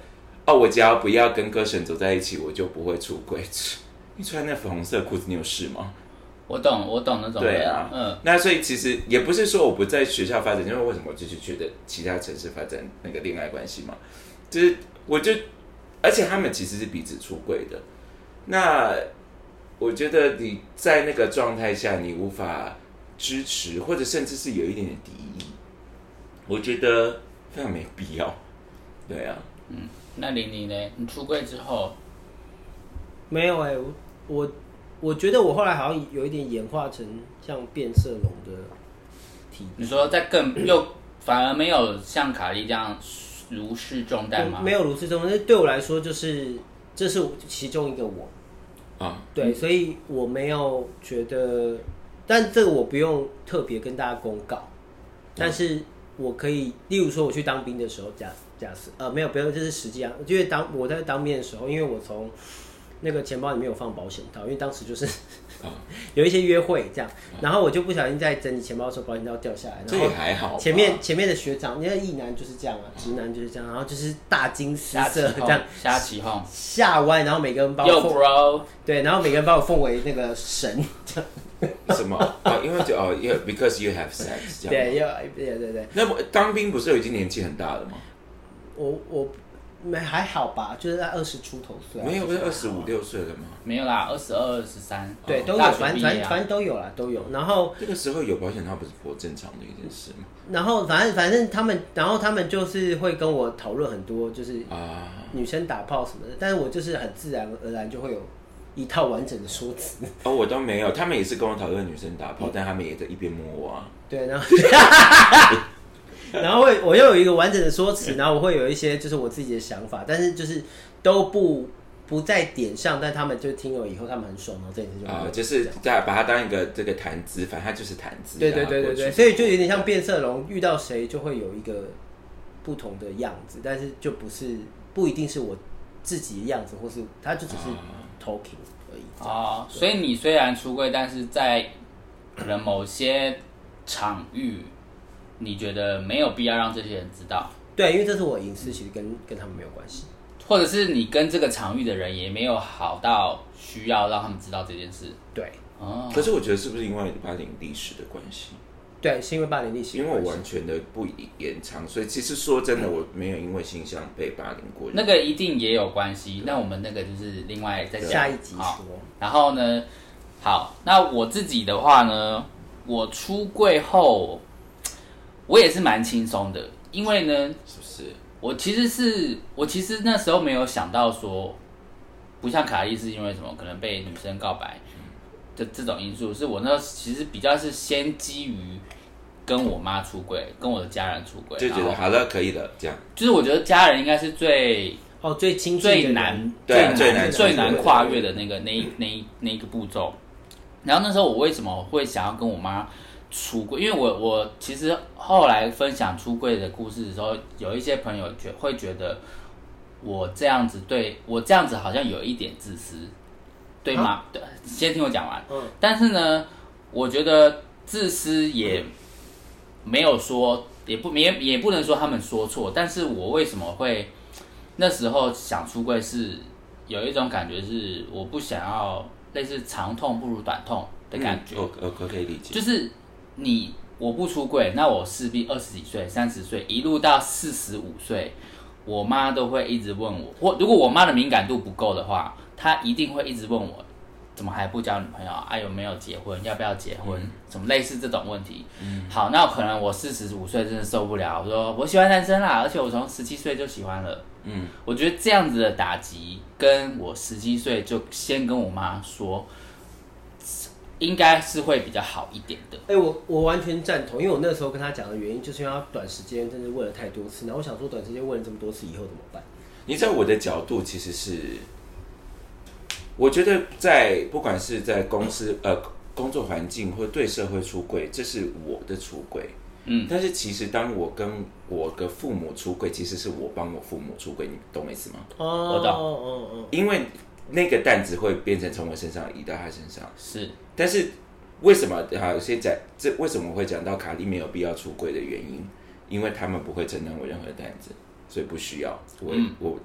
哦，我只要不要跟歌神走在一起，我就不会出轨。你穿那粉红色裤子，你有事吗？ 我懂，我懂那种人。 对啊，嗯，那所以其实也不是说我不在学校发展，因为为什么我就去觉得其他城市发展那个恋爱关系嘛，就是我就，而且他们其实是彼此出柜的。那我觉得你在那个状态下，你无法支持，或者甚至是有一点点敌意，我觉得非常没必要。对啊， 嗯，那玲玲呢？你出柜之后？ 没有哎、欸，我我我觉得我后来好像有一点演化成像变色龙的体质。 你说在更又反而没有像卡莉这样如释重担吗？ 没有如释重担，那对我来说就是这是其中一个我啊，对，所以我没有觉得，但这个我不用特别跟大家公告，但是我可以，例如说我去当兵的时候，假假设呃没有不用，这是实际上，因为当我在当兵的时候，因为我从那个钱包里面有放保险套，因为当时就是有一些约会这样，然后我就不小心在整理钱包的时候，保险套掉下来， 这也还好。 前面前面的学长，因为异男就是这样啊，直男就是这样，然后就是大惊失色这样， 瞎起哄， 吓歪，然后每个人把我奉 bro， 对，然后每个人把我奉为那个神这样。 什么啊？因为就哦，因为 because you have sex 这样。 对，要对对对。 那当兵不是已经年纪很大了吗？ 我我。没还好吧，就是在二十出头岁、啊， 没有，不是二十五六岁了吗？ 没有啦，二十二、二十三， 对，都有，反正反正反正都有啦，都有。然后这个时候有保险套不是颇正常的一件事吗？ 然后反正反正他们，然后他们就是会跟我讨论很多，就是啊女生打炮什么的，但是我就是很自然而然就会有一套完整的说辞。 哦，我都没有，他们也是跟我讨论女生打炮，嗯、但他们也在一边摸我啊。 对，然后。然后会，我又有一个完整的说辞，然后我会有一些就是我自己的想法，但是就是都不不在点上，但他们就听了以后，他们很爽，然后这件事就啊、 呃，就是在把它当一个这个谈资，反正它就是谈资。 对对对对对，所以就有点像变色龙，遇到谁就会有一个不同的样子，但是就不是不一定是我自己的样子，或是他就只是 talking 而已。 哦，所以你虽然出柜，但是在可能某些场域。你觉得没有必要让这些人知道？ 对，因为这是我隐私，其实跟跟他们没有关系， 或者是你跟这个场域的人也没有好到需要让他们知道这件事。 对， 哦。可是我觉得是不是因为霸凌历史的关系？ 对，是因为霸凌历史。 因为我完全的不延长，所以其实说真的，我没有因为性向被霸凌过。 那个一定也有关系。那我们那个就是另外再讲下一集说。 然后呢，好，那我自己的话呢，我出柜后。我也是蛮轻松的，因为呢， 是不是？ 我其实是我其实那时候没有想到说，不像卡莉是因为什么可能被女生告白的这种因素，是我那时候其实比较是先基于跟我妈出柜，跟我的家人出柜， 就觉得好了，可以了，这样。 就是我觉得家人应该是最哦最亲最难最难最难最难跨越的那个那一那一那一个步骤。然后那时候我为什么会想要跟我妈？出柜，因为我我其实后来分享出柜的故事的时候，有一些朋友觉会觉得我这样子对我这样子好像有一点自私，对吗？啊、对，先听我讲完。嗯。但是呢，我觉得自私也没有说，也不也也不能说他们说错，但是我为什么会那时候想出柜，是有一种感觉是我不想要类似长痛不如短痛的感觉。 嗯、我我可以理解， 就是。你我不出柜，那我势必二十几岁、三十岁，一路到四十五岁，我妈都会一直问我。或如果我妈的敏感度不够的话，她一定会一直问我，怎么还不交女朋友啊？有没有结婚？要不要结婚？嗯、什么类似这种问题。嗯、好，那可能我四十五岁真的受不了，我说我喜欢男生啦，而且我从十七岁就喜欢了。嗯，我觉得这样子的打击，跟我十七岁就先跟我妈说。应该是会比较好一点的。 哎、欸，我我完全赞同，因为我那时候跟他讲的原因，就是因为他短时间真的问了太多次，然后我想说，短时间问了这么多次，以后怎么办？ 你在我的角度其实是，我觉得在不管是在公司呃工作环境或对社会出柜，这是我的出柜。嗯，但是其实当我跟我的父母出柜，其实是我帮我父母出柜，你懂我意思吗？ 哦，我懂。 哦哦哦， 因为那个担子会变成从我身上移到他身上。 是。但是为什么好先讲这为什么会讲到卡莉没有必要出柜的原因？因为他们不会承担我任何担子，所以不需要我、嗯、我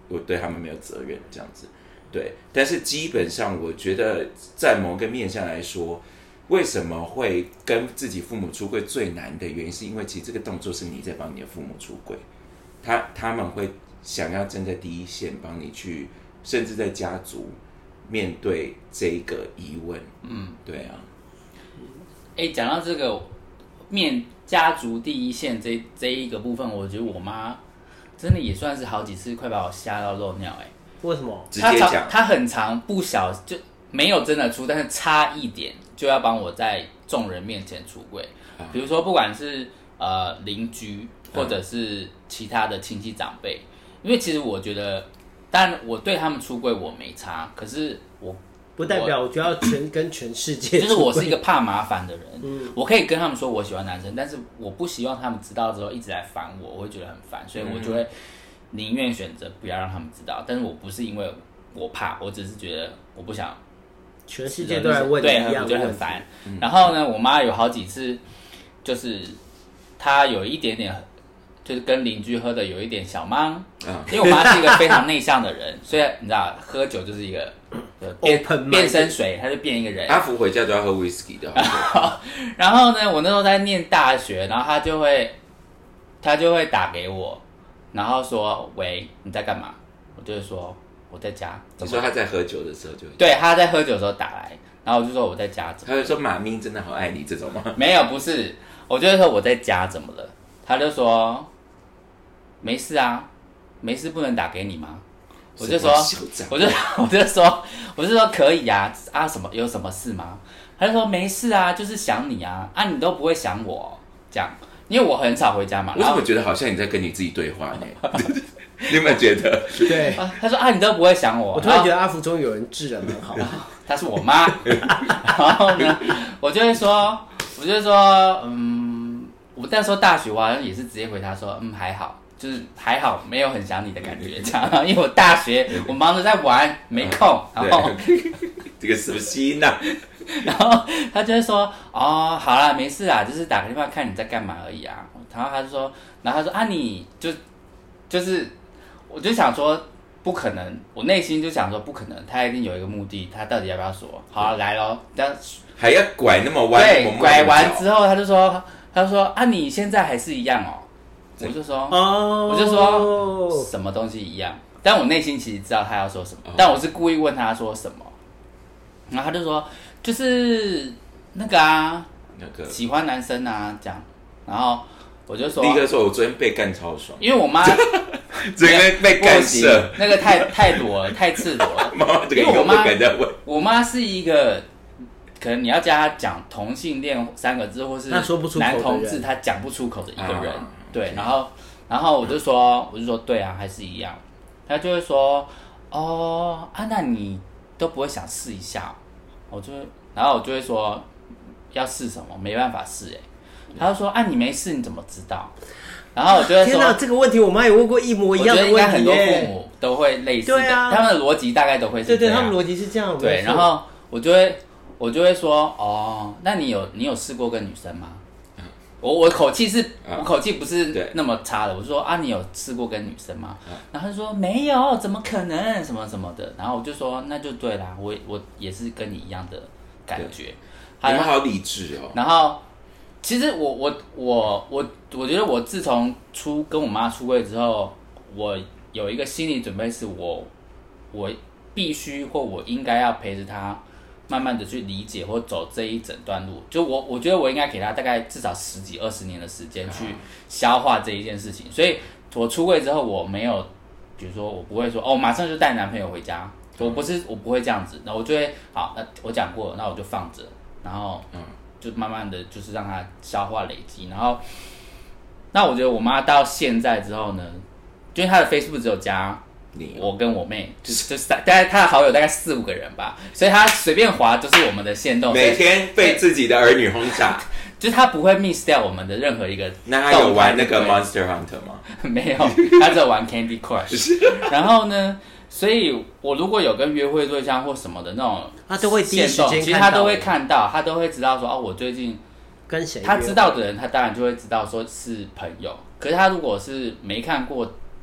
我对他们没有责任这样子。对，但是基本上我觉得在某个面向来说，为什么会跟自己父母出柜最难的原因，是因为其实这个动作是你在帮你的父母出柜，他他们会想要站在第一线帮你去，甚至在家族面对这个疑问。嗯，对啊。 哎，讲到这个面家族第一线这这一个部分，我觉得我妈真的也算是好几次快把我吓到漏尿。哎， 为什么？ 直接讲， 她很常不小就没有真的出，但是差一点就要帮我在众人面前出柜。啊、比如说，不管是呃邻居或者是其他的亲戚长辈，因为其实我觉得，当然我对他们出柜我没差，可是我。 不代表我就要全跟全世界， 就是我是一个怕麻烦的人，嗯，我可以跟他们说我喜欢男生，但是我不希望他们知道之后一直来烦我，我会觉得很烦，所以我就会宁愿选择不要让他们知道。但是我不是因为我怕，我只是觉得我不想全世界都来问你一样的问题， 对，我觉得很烦。嗯、然后呢，我妈有好几次，就是她有一点点。就是跟邻居喝的有一点小茫，嗯、因为我妈是一个非常内向的人，所以你知道喝酒就是一个变变身水，她就变一个人。 阿福回家都要喝 whisky 的。 然后呢，我那时候在念大学，然后她就会她就会打给我，然后说：“喂，你在干嘛？”我就会说：“我在家。” 你说她在喝酒的时候就对，她在喝酒的时候打来，然后我就说我在家。 她就说：“妈咪真的好爱你这种吗？” 没有，不是，我就会说我在家，怎么了？她就说。没事啊，没事不能打给你吗？我就说，我就我就说，我就说可以啊啊什么有什么事吗？他就说没事啊，就是想你啊啊你都不会想我这样，因为我很少回家嘛。 我怎么觉得好像你在跟你自己对话呢？你有没有觉得？ 对， 啊、他说啊你都不会想我， 我突然觉得阿福终于有人治人很好。 她是我妈，然后呢，我就会说，我就会说，嗯，我那时候大学我好像也是直接回他说，嗯还好。就是还好，没有很想你的感觉，这样。因为我大学我忙着在玩，没空。然后这个什么心呐？ 然后他就会说：“哦，好啦，没事啦，就是打个电话看你在干嘛而已啊。”然后他就说：“然后他说啊，你就就是，我就想说不可能，我内心就想说不可能，他一定有一个目的，他到底要不要说？好、啊，来咯，但还要拐那么弯， 对，拐完之后他就说，他就说啊，你现在还是一样哦。”我就说，哦、我就说什么东西一样，但我内心其实知道他要说什么，哦、但我是故意问他说什么，然后他就说就是那个啊，那个喜欢男生啊这样，然后我就说， 第一个说我昨天被干超爽， 因为我妈昨天被干射， 那个太太裸了，太赤裸了， 妈妈这个以后不敢再问， 我妈是一个。可能你要叫他讲同性恋三个字，或是男同志，他讲不出口的一个人。啊、对，然后，然后我就说，我就说，对啊，还是一样。他就会说，哦，啊，那你都不会想试一下？我就，然后我就会说，要试什么？没办法试哎、欸。他就说，啊，你没试你怎么知道？然后我就会说， 天哪，这个问题我妈也问过一模一样的问题、欸。 我觉得应该很多父母都会类似的， 对啊、 他们的逻辑大概都会是这样。 对对，他们逻辑是这样。 对，然后我就会。我就会说哦，那你有你有试过跟女生吗？嗯、我我口气是，嗯、我口气不是那么差的。我就说啊，你有试过跟女生吗？嗯、然后他就说没有，怎么可能？什么什么的。然后我就说那就对啦，我我也是跟你一样的感觉。 你们好理智哦。 然后其实我我我我我觉得我自从出跟我妈出柜之后，我有一个心理准备，是我我必须或我应该要陪着她。慢慢的去理解或走这一整段路，就我我觉得我应该给他大概至少十几二十年的时间去消化这一件事情，所以我出柜之后我没有，比如说我不会说哦马上就带男朋友回家，我不是我不会这样子，那我就会好，那我讲过了，那我就放着，然后就慢慢的就是让他消化累积，然后那我觉得我妈到现在之后呢，因为她的 Facebook 只有加。我跟我妹就就大概他的好友大概四五个人吧，所以他随便滑就是我们的限动， 每天被自己的儿女轰炸， 就是他不会 miss 掉我们的任何一个。 那他有玩那个 Monster Hunter 吗？ 没有，他只有玩 Candy Crush。然后呢，所以我如果有跟约会对象或什么的那种， 他都会第一时间看到， 其实他都会看到，他都会知道说哦，我最近跟谁。 他知道的人，他当然就会知道说是朋友。可是他如果是没看过。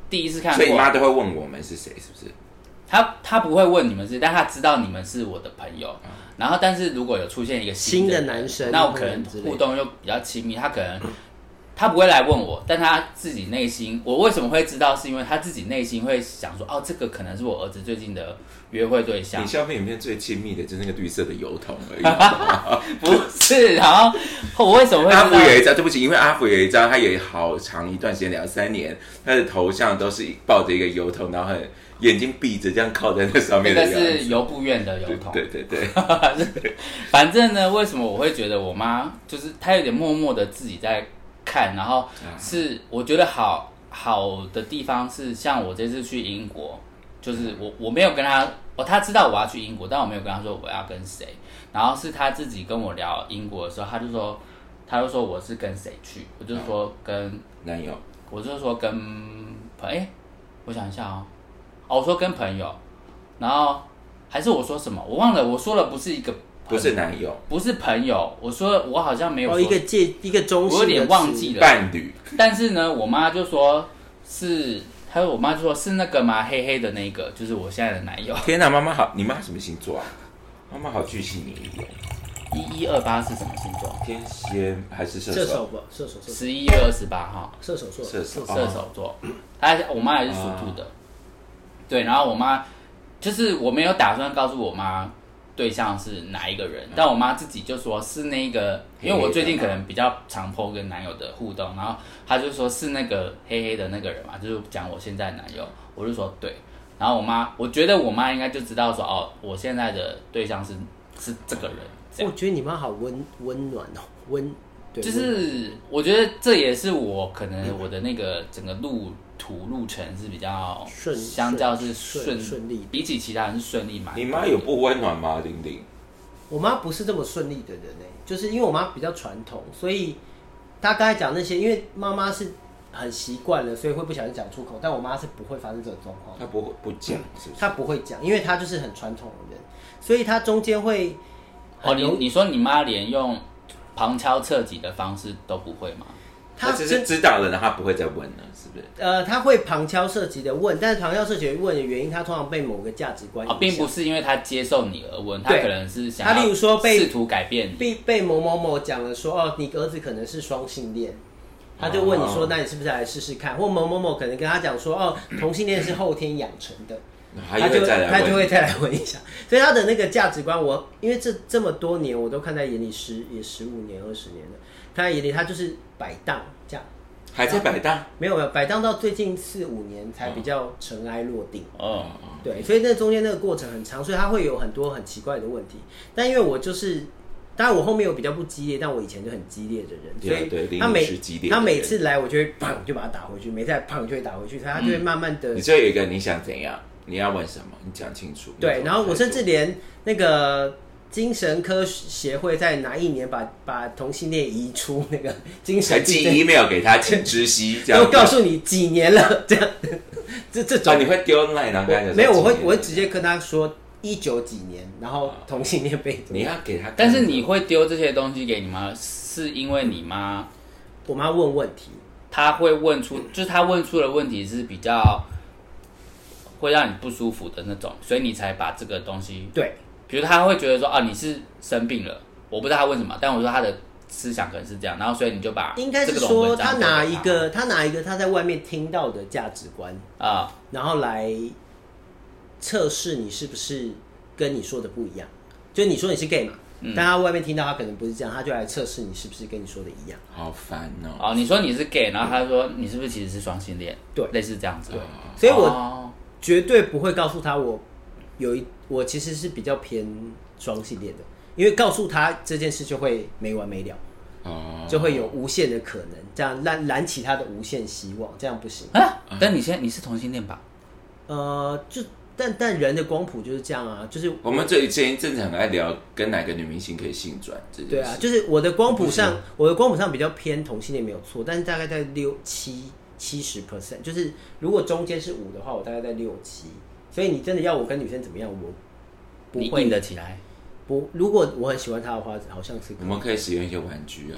第一次看过， 所以你妈都会问我们是谁，是不是？ 他他不会问你们是，但他知道你们是我的朋友。嗯、然后，但是如果有出现一个新的, 新的男生， 那我可能互动又比较亲密，他可能他不会来问我，但他自己内心，我为什么会知道？是因为他自己内心会想说，哦，这个可能是我儿子最近的约会对象。 你相片里面最亲密的就是那个绿色的油桶而已， 不是。然后我为什么会知道？ 阿福有一张，对不起，因为阿福有一张，他有好长一段时间，两三年，他的头像都是抱着一个油桶，然后很。眼睛闭着，这样靠在那上面的样子。 那个是邮部院的邮筒。 对对对对。 反正呢，为什么我会觉得我妈就是她有点默默的自己在看，然后是我觉得好好的地方是，像我这次去英国，就是我我没有跟她，哦，她知道我要去英国，但我没有跟她说我要跟谁。然后是她自己跟我聊英国的时候，她就说，她就说我是跟谁去，我就说跟男友， 我就说跟朋友，哎，我想一下哦。哦，我说跟朋友，然后还是我说什么，我忘了，我说了不是一个， 不是男友， 不是朋友，我说我好像没有说、 哦、一个介一个中性的， 我有点忘记了伴侣。 但是呢，我妈就说是，还有我妈就说是那个嘛，黑黑的那个，就是我现在的男友。 天哪，妈妈好，你妈什么星座啊？妈妈好巨细靡遗哦。 一一二八是什么星座？ 天蝎还是射手？ 射手吧，射手。 十一月二十八号， 射手座， 射手射手座。她我妈也是属兔的。哦对，然后我妈就是我没有打算告诉我妈对象是哪一个人，嗯、但我妈自己就说是那个，因为我最近可能比较常 po 跟男友的互动，然后她就说是那个黑黑的那个人嘛，就是讲我现在的男友，我就说对，然后我妈，我觉得我妈应该就知道说哦，我现在的对象是是这个人。 我觉得你妈好温温暖哦，温。 就是我觉得这也是我可能我的那个整个路途路程是比较顺， 相较是顺顺利， 比起其他人是顺利嘛。 你妈有不温暖吗？玲玲， 我妈不是这么顺利的人呢、欸，就是因为我妈比较传统，所以她刚才讲那些，因为妈妈是很习惯了，所以会不小心讲出口，但我妈是不会发生这种状况， 她不会不讲，是不是？ 她不会讲，因为她就是很传统的人，所以她中间会哦，你你说你妈连用旁敲侧击的方式都不会吗？ 他只是知道了，然后他不会再问了，是不是？ 呃，他会旁敲侧击的问，但是旁敲侧击的问的原因，他通常被某个价值观影响、 哦，并不是因为他接受你而问，他可能是想要他例如说被试图改变你， 被被某某某讲了说，哦，你儿子可能是双性恋，他就问你说，哦、那你是不是来试试看？或某某某可能跟他讲说，哦，同性恋是后天养成的。他就他就会再来问一下，所以他的那个价值观，我因为这这么多年我都看在眼里，十也十五年二十年了，看在眼里，他就是摆荡这样， 还在摆荡， 没有没有摆荡到最近四五年才比较尘埃落定。 哦， 对，所以那中间那个过程很长，所以他会有很多很奇怪的问题。但因为我就是，当然我后面有比较不激烈，但我以前就很激烈的人，所以他每他每次来我就会砰就把他打回去，每次来砰就会打回去，所以他就会慢慢的。 你就有一个你想怎样？你要问什么？你讲清楚。 对，然后我甚至连那个精神科协会在哪一年把把同性恋移出那个精神， 寄 email 给他，请知悉，这样都告诉你几年了，这样这这种、 啊、你会丢赖然后跟他没有，我会我会直接跟他说一九几年，然后同性恋被你要给他， 但是你会丢这些东西给你妈，是因为你妈， 我妈问问题， 她会问出，就是她问出的问题是比较。会让你不舒服的那种，所以你才把这个东西对， 比如他会觉得说啊你是生病了，我不知道他问什么，但我说他的思想可能是这样，然后所以你就把应该是说他拿一个他拿一个他在外面听到的价值观啊，然后来测试你是不是跟你说的不一样，就你说你是 gay 嘛。嗯、但他外面听到他可能不是这样，他就来测试你是不是跟你说的一样。 好烦哦！ 哦，你说你是 gay， 然后他说你是不是其实是双性恋？对，类似这样子。 对，所以我绝对不会告诉他我有一我其实是比较偏双性恋的，因为告诉他这件事就会没完没了，哦、就会有无限的可能，这样燃燃起他的无限希望，这样不行啊！但你现在你是同性恋吧？ 呃，就。但但人的光谱就是这样啊，就是我们这前一阵子很爱聊跟哪个女明星可以性转这件事。 对啊，就是我的光谱上，我的光谱上比较偏同性恋没有错，但是大概在六七七十 percent， 就是如果中间是五的话，我大概在六七。所以你真的要我跟女生怎么样，我不会硬得起来。 不，如果我很喜欢她的话，好像是可以我们可以使用一些玩具啊。 对啊，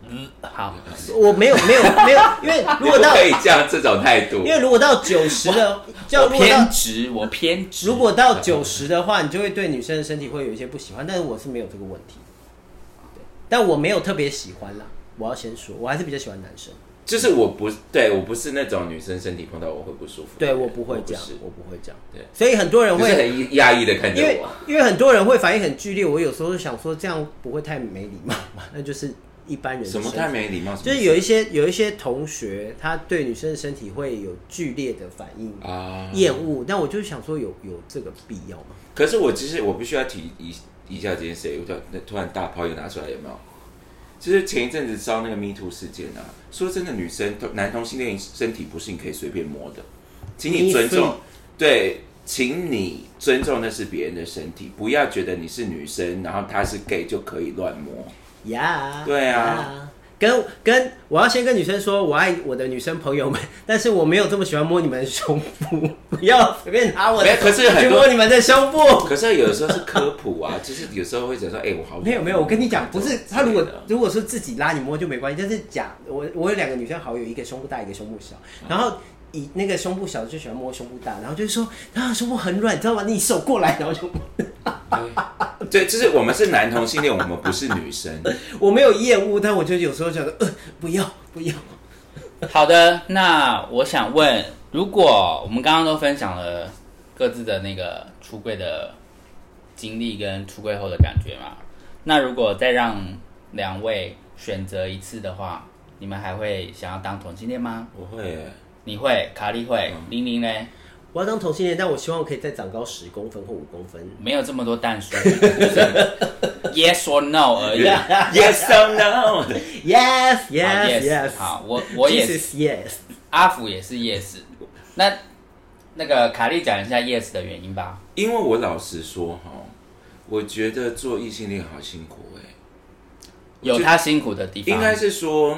嗯，好， 我没有没有没有，因为如果到可以这样这种态度， 因为如果到九十的， 我偏执，我偏执。 如果到九十的话，你就会对女生的身体会有一些不喜欢，但是我是没有这个问题，但我没有特别喜欢啦。我要先说，我还是比较喜欢男生。 就是我不对我不是那种女生身体碰到我会不舒服， 对我不会这样，我不会这样。 对， 所以很多人会就是很压抑的看着我， 因为因为很多人会反应很剧烈，我有时候想说这样不会太没礼貌嘛？那就是一般人的什么太没礼貌， 就是有一些有一些同学他对女生的身体会有剧烈的反应啊，厌恶，但我就想说有有这个必要吗？ 可是我其实我必须要提一一下这件事，我突然大炮又拿出来有没有？就是前一阵子烧那个 Me Too 事件啊，说真的，女生男同性恋身体不是你可以随便摸的，请你尊重，对，请你尊重那是别人的身体，不要觉得你是女生，然后他是 gay 就可以乱摸。 呀、yeah, 对啊。 Yeah.跟跟我要先跟女生说，我爱我的女生朋友们，但是我没有这么喜欢摸你们的胸部，不要随便拿我的手去摸你们的胸部。 可是有的时候是科普啊，就是有时候会讲说，哎、欸，我好没有没有，我跟你讲，不是他如果如果说自己拉你摸就没关系，但是假我我有两个女生好友，一个胸部大，一个胸部小，然后以那个胸部小的就喜欢摸胸部大，然后就说啊胸部很软，你知道吗？你手过来，然后就。 对，就是我们是男同性恋，我们不是女生。 我没有厌恶，但我就有时候觉得，呃，不要不要。 好的，那我想问，如果我们刚刚都分享了各自的那个出柜的经历跟出柜后的感觉嘛，那如果再让两位选择一次的话，你们还会想要当同性恋吗？ 我会耶。 你会？卡莉会？玲玲呢？ 我要当同性恋，但我希望我可以再长高十公分或五公分。 没有这么多蛋数，就是 yes or no 而已。 Yes or no? Yes, yes, 好 yes. yes. 好，我我也是 yes。 阿福也是 yes。那那个卡莉讲一下 yes 的原因吧。 因为我老实说哈，我觉得做异性恋好辛苦哎、欸。 有他辛苦的地方。 应该是说，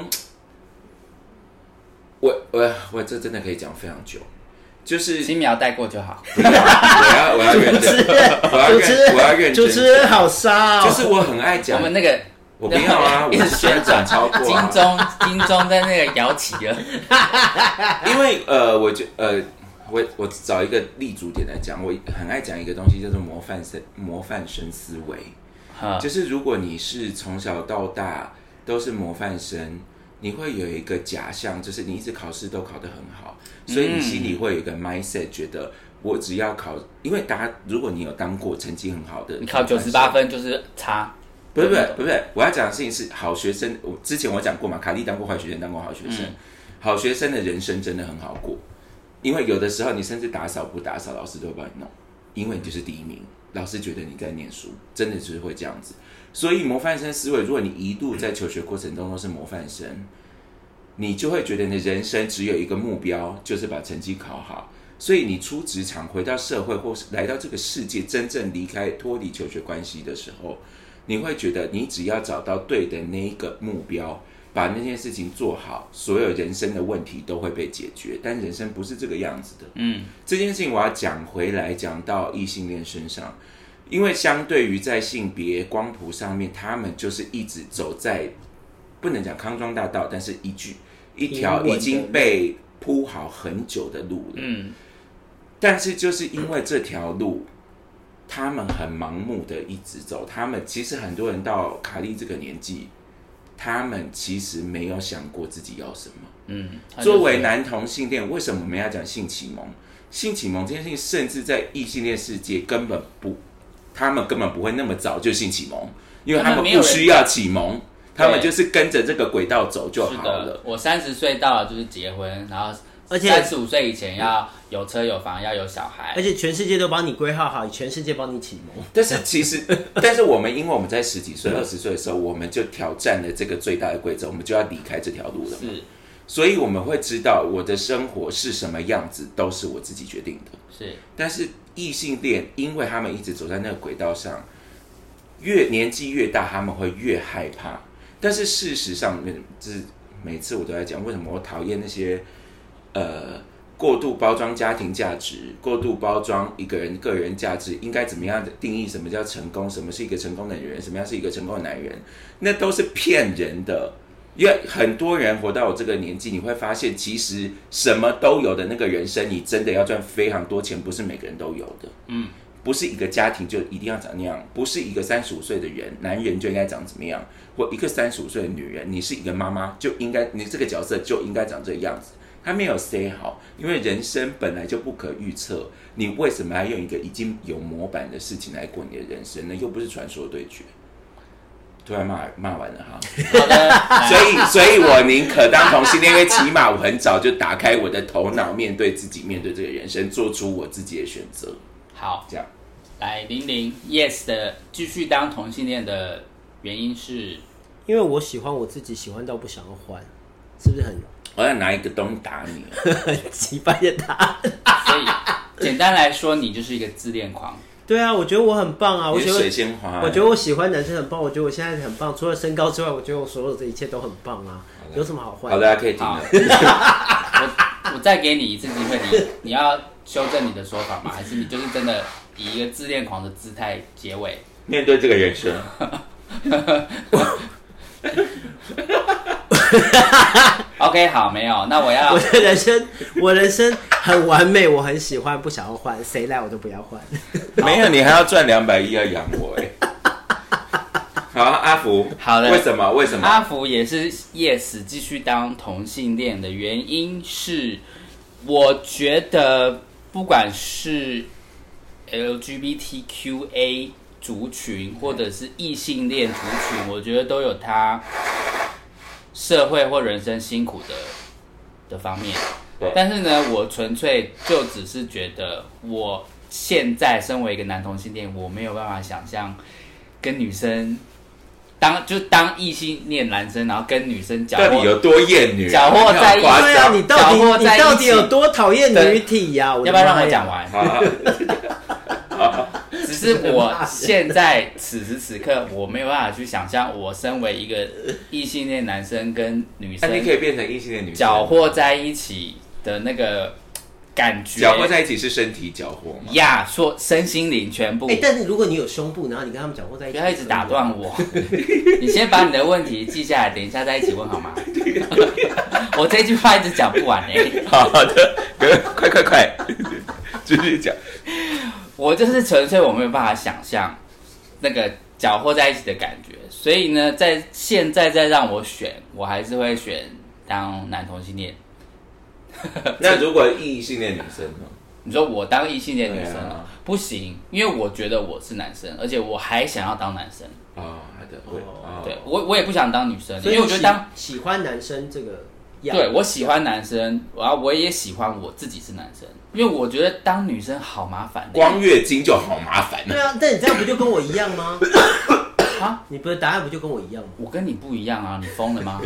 我我我这真的可以讲非常久。就是轻描带过就好。 我要我要认真，我要认我要认真。 主持人好骚、 哦，就是我很爱讲。 我们那个我不要啊， 一直旋转超过、啊、 金钟金钟在那个摇旗了。 因为呃，我就呃，我我找一个立足点来讲，我很爱讲一个东西叫做模范生模范生思维。就是如果你是从小到大都是模范生，你会有一个假象，就是你一直考试都考得很好。所以你心里会有一个 mindset， 觉得我只要考，因为大家如果你有当过成绩很好的， 你考九十八分就是差， 不是不是不是，我要讲的事情是好学生。我之前我讲过嘛，卡莉当过坏学生，当过好学生、嗯，好学生的人生真的很好过，因为有的时候你甚至打扫不打扫，老师都会帮你弄，因为你就是第一名，老师觉得你在念书，真的就是会这样子。所以模范生思维，如果你一度在求学过程中都是模范生。你就会觉得你的人生只有一个目标，就是把成绩考好。所以你出职场、回到社会，或是来到这个世界，真正离开、脱离求学关系的时候，你会觉得你只要找到对的那一个目标，把那件事情做好，所有人生的问题都会被解决。但人生不是这个样子的。嗯，这件事情我要讲回来，讲到异性恋身上，因为相对于在性别光谱上面，他们就是一直走在不能讲康庄大道，但是一句。一条已经被铺好很久的路了，嗯，但是就是因为这条路，他们很盲目的一直走。他们其实很多人到卡莉这个年纪，他们其实没有想过自己要什么。嗯，作为男同性恋，为什么我们要讲性启蒙？性启蒙这件事情，甚至在异性恋世界根本不，他们根本不会那么早就性启蒙，因为他们不需要启蒙。他们就是跟着这个轨道走就好了。 我三十岁到了就是结婚，然后而且三十五岁以前要有车有房，要有小孩， 而且全世界都帮你规划好，全世界帮你启蒙。 但是其实，但是我们因为我们在十几岁、二十岁的时候，我们就挑战了这个最大的规则，我们就要离开这条路了嘛。是，所以我们会知道我的生活是什么样子，都是我自己决定的。是，但是异性恋，因为他们一直走在那个轨道上，越年纪越大，他们会越害怕。但是事实上，就是每次我都在讲，为什么我讨厌那些呃过度包装家庭价值，过度包装一个人个人价值应该怎么样的定义？什么叫成功？什么是一个成功的女人？什么样是一个成功的男人？那都是骗人的。 因为很多人活到我这个年纪，你会发现其实什么都有的那个人生，你真的要赚非常多钱，不是每个人都有的。嗯，不是一个家庭就一定要长那样，不是一个三十五岁的人男人就应该长怎么样，或一个三十五岁的女人，你是一个妈妈就应该，你这个角色就应该长这个样子。他没有 say 好，因为人生本来就不可预测，你为什么还用一个已经有模板的事情来过你的人生呢？又不是传说对决。突然骂骂完了哈， 好的， 所以所以我宁可当同性恋，因为起码我很早就打开我的头脑，面对自己，面对这个人生，做出我自己的选择。 好， 这样来零零 yes 的继续当同性恋的原因是， 因为我喜欢我自己，喜欢到不想要换，是不是很？ 我要拿一个东西打你， 很奇怪的答案。 所以简单来说，你就是一个自恋狂。 对啊，我觉得我很棒啊！我觉得水仙花， 我觉得我喜欢男生很棒，我觉得我现在很棒。除了身高之外，我觉得我所有的一切都很棒啊！有什么好换？ 好的，可以停了。 我我再给你一次机会，你你要修正你的说法吗？还是你就是真的以一个自恋狂的姿态结尾？ 面对这个人生。 OK， 好，没有，那我要我的人生，我人生很完美，我很喜欢，不想要换，谁来我都不要换。 没有，你还要赚两百亿要养我哎。好，阿福， 好的， 为什么？为什么？ 阿福也是 yes 继续当同性恋的原因是，我觉得不管是 L G B T Q A 族群或者是异性恋族群，我觉得都有他社会或人生辛苦的的方面。 对。 但是呢，我纯粹就只是觉得，我现在身为一个男同性恋，我没有办法想象跟女生当就当异性恋男生，然后跟女生搅和， 到底有多厌女、啊？ 搅和在一起， 对啊，你到底你到底有多讨厌女体呀、啊？ 要不要让我讲完？只是我现在此时此刻，我没有办法去想象，我身为一个异性恋男生跟女生， 那、啊、你可以变成异性恋女生， 搅和在一起的那个感觉。 搅和在一起是身体搅和吗？ 呀，说身心灵全部。 哎、欸，但是如果你有胸部，然后你跟他们搅和在一起， 不要一直打断我。你先把你的问题记下来，等一下再一起问好吗？我这句话一直讲不完哎、欸。 好的，快快快，继续讲。 我就是纯粹我没有办法想象那个搅和在一起的感觉，所以呢，在现在再让我选，我还是会选当男同性恋。 那如果异性恋女生呢？ 你说我当异性恋女生、 啊、 不行，因为我觉得我是男生，而且我还想要当男生。 哦，好的，会、哦， 对我我也不想当女生， 因为我觉得当喜欢男生这个， 对我喜欢男生，然后我也喜欢我自己是男生，因为我觉得当女生好麻烦， 光月经就好麻烦。 对啊，但你这样不就跟我一样吗？ 啊， 你不是答案不就跟我一样吗？ 我跟你不一样啊，你疯了吗？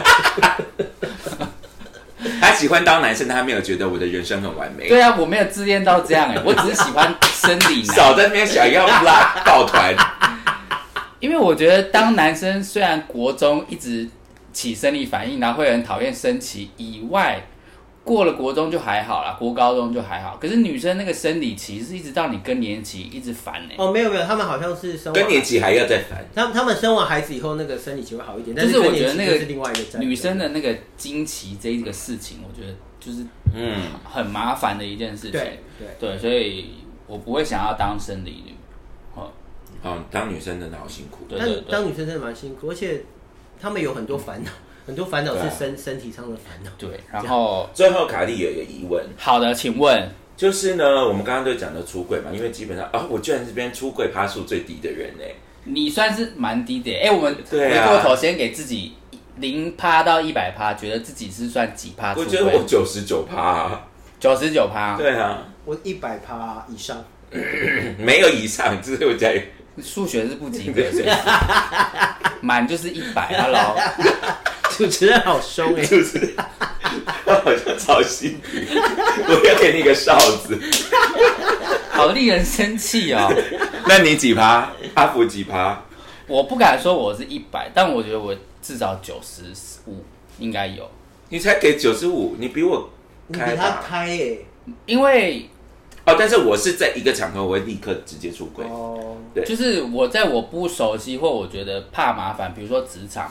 他喜欢当男生，但他没有觉得我的人生很完美。 对啊，我没有自恋到这样哎、欸，我只是喜欢生理男。 少在那边想要拉抱团。 因为我觉得当男生虽然国中一直起生理反应，然后会很讨厌升旗以外，过了国中就还好啦，国高中就还好。可是女生那个生理期是一直到你更年期一直烦哎、欸。 哦，没有没有，他们好像是生更年期还要再烦。 他们他们生完孩子以后，那个生理期会好一点，但是我觉得那个是另外一个女生的那个经期这一个事情，我觉得就是嗯很麻烦的一件事情。 对对对，所以我不会想要当生理女。 哦，哦，当女生真的好辛苦。 对对对， 当女生真的蛮辛苦，而且他们有很多烦恼。嗯很多烦恼是身、啊、身体上的烦恼。 对，然后最后卡莉有一个疑问。 好的，请问， 就是呢，我们刚刚都讲的出柜嘛，因为基本上啊，我居然是这边出柜趴数最低的人哎、欸。 你算是蛮低的哎、欸，我们回啊、 过头先给自己零趴到一百趴，觉得自己是算几趴出柜？ 我觉得我九十九趴， 九十九趴。 对啊， 我一百趴以上， 没有以上，只是我家数学是不及格，是满就是一百，Hello。 主持人好凶哎、欸， 是不是？他好像超心虚，我要给你一个哨子， 好令人生气哦。 那你几趴？阿福几趴？ 我不敢说我是一百，但我觉得我至少九十五应该有。 你才给九十五，你比我开，你比他开哎、欸， 因为哦，但是我是在一个场合，我会立刻直接出柜。 哦， 对， 就是我在我不熟悉或我觉得怕麻烦，比如说职场。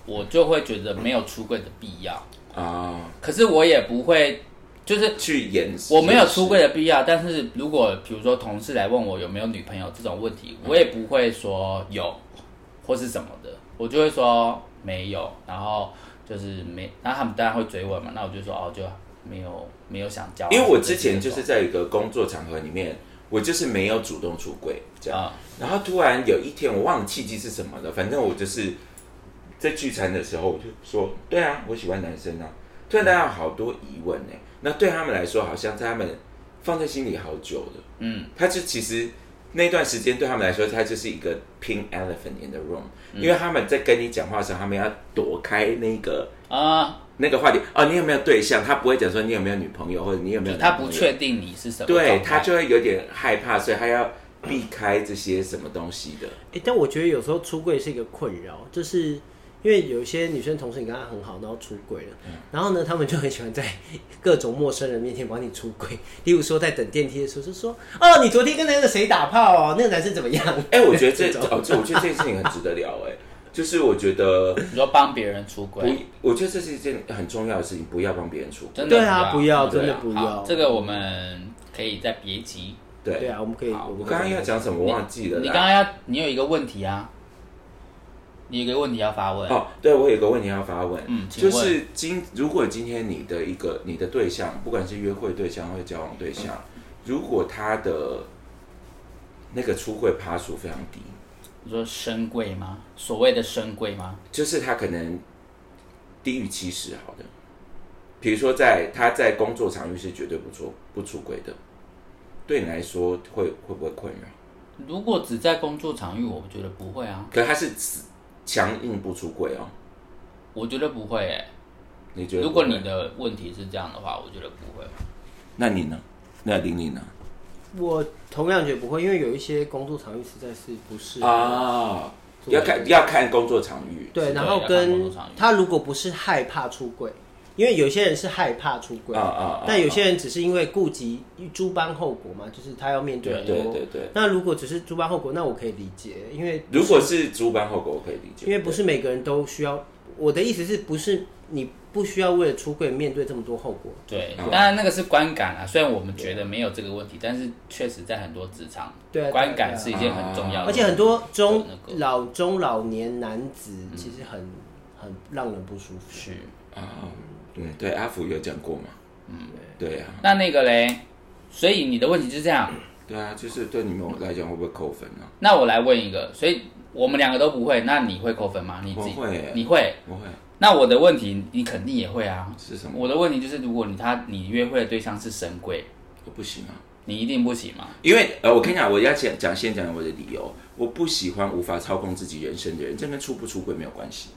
我就会觉得没有出柜的必要啊、哦。 可是我也不会就是去演， 我没有出柜的必要。但是如果比如说同事来问我有没有女朋友这种问题，我也不会说有或是什么的，我就会说没有，然后就是没，然后他们当然会追问嘛，那我就说哦，就没有没有想交。 因为我之前就是在一个工作场合里面，我就是没有主动出柜这样、嗯，然后突然有一天我忘了契机是什么了，反正我就是在聚餐的时候我就说，对啊，我喜欢男生啊。突然大家有好多疑问哎、欸，那对他们来说好像在他们放在心里好久了，嗯，他就其实那段时间对他们来说，他就是一个 pink elephant in the room，、嗯、因为他们在跟你讲话的时候，他们要躲开那个啊。那个话题哦，你有没有对象？他不会讲说你有没有女朋友，或者你有没有男朋友， 他不确定你是什么， 对他就会有点害怕，所以他要避开这些什么东西的。 欸、但我觉得有时候出柜是一个困扰，就是因为有一些女生同事你跟她很好，然后出柜了、嗯，然后呢，他们就很喜欢在各种陌生人面前帮你出柜。例如说在等电梯的时候，就说哦，你昨天跟那个谁打炮哦，那个男生怎么样？ 哎、欸，我觉得这哦，这我觉得这件事情很值得聊哎、欸。就是我觉得， 你说帮别人出柜， 我觉得这是一件很重要的事情，不要帮别人出柜。 真的对啊，不要，真的啊不要。 这个我们可以再别急。 对对啊，我们可以。 我刚刚要讲什么，我忘记了。 你刚刚要，你有一个问题啊，你有一个问题要发问。 哦，对，我有一个问题要发问。 嗯， 就是今如果今天你的一个你的对象，不管是约会对象或者交往对象，如果他的那个出柜趴数非常低。 你说深柜吗？所谓的深柜吗？ 就是他可能低于七十，好的。比如说在他在工作场域是绝对不出不出柜的，对你来说会会不会困扰？ 如果只在工作场域，我觉得不会啊。 可是他是强硬不出柜哦。 我觉得不会诶、欸。 你觉得？ 如果你的问题是这样的话，我觉得不会。 那你呢？那玲玲呢？ 我同样觉得不会，因为有一些工作场域实在是不适合啊，要看要看工作场域。 对，然后跟他如果不是害怕出柜，因为有些人是害怕出柜，啊啊啊，但有些人只是因为顾及诸般后果嘛，就是他要面对很多。 对对对。 那如果只是诸般后果，那我可以理解，因为如果是诸般后果，我可以理解， 因为不是每个人都需要。我的意思是不是你不需要为了出柜面对这么多后果？ 对，当然那个是观感啊。虽然我们觉得没有这个问题，但是确实在很多职场，对观感是一件很重要的。 而且很多中老中老年男子其实很、嗯、很让人不舒服。 是啊，嗯，对，阿福有讲过嘛？嗯，对啊。 那那个嘞，所以你的问题就是这样。 对啊，就是对你们来讲会不会扣分呢、啊？ 那我来问一个，所以我们两个都不会，那你会扣分吗？你自己我会， 你会？ 我会。 那我的问题，你肯定也会啊。 是什么？ 我的问题就是，如果你他你约会的对象是神柜， 我不行啊。 你一定不行吗？ 因为呃，我跟你讲，我要讲讲先讲我的理由，我不喜欢无法操控自己人生的人，这跟出不出柜没有关系。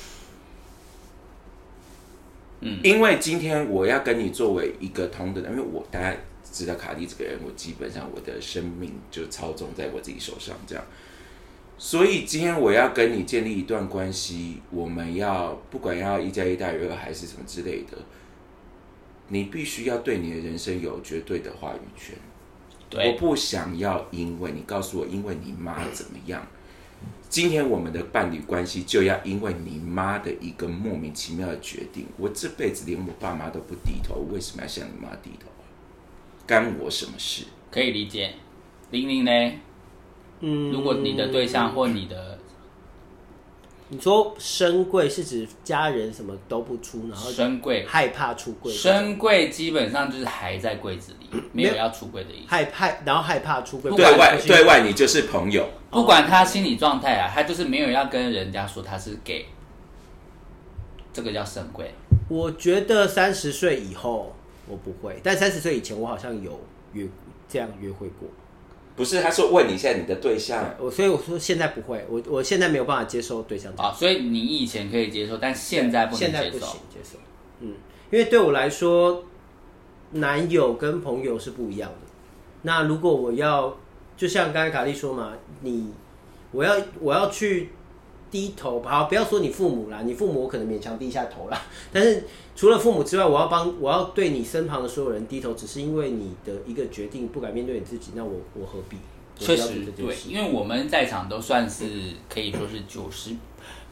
嗯，因为今天我要跟你作为一个同等的，因为我大家知道卡莉这个人，我基本上我的生命就操纵在我自己手上，这样。所以今天我要跟你建立一段关系，我们要不管要一加一大于二还是什么之类的，你必须要对你的人生有绝对的话语权。 对， 我不想要因为你告诉我，因为你妈怎么样，今天我们的伴侣关系就要因为你妈的一个莫名其妙的决定，我这辈子连我爸妈都不低头，为什么要向你妈低头？干我什么事？ 可以理解。玲玲呢？嗯，如果你的对象或你的， 你说深柜是指家人什么都不出，然后深柜害怕出柜， 深柜基本上就是还在柜子里，没有要出柜的意思。 害怕，然后害怕出柜， 对外对外你就是朋友， 不管他心理状态啊，他就是没有要跟人家说他是 gay， 这个叫深柜。 我觉得三十岁以后我不会，但三十岁以前我好像有约这样约会过。 不是，他说问你现在你的对象， 我所以我说现在不会，我我现在没有办法接受对象啊，所以你以前可以接受，但现在不能接受。 现在不行接受，嗯，因为对我来说，男友跟朋友是不一样的。那如果我要，就像刚才卡莉说嘛，你我要我要去低头，好，不要说你父母啦，你父母我可能勉强低下头啦，但是除了父母之外，我要帮我要对你身旁的所有人低头，只是因为你的一个决定不敢面对你自己，那我我何必？ 确实对，因为我们在场都算是可以说是九十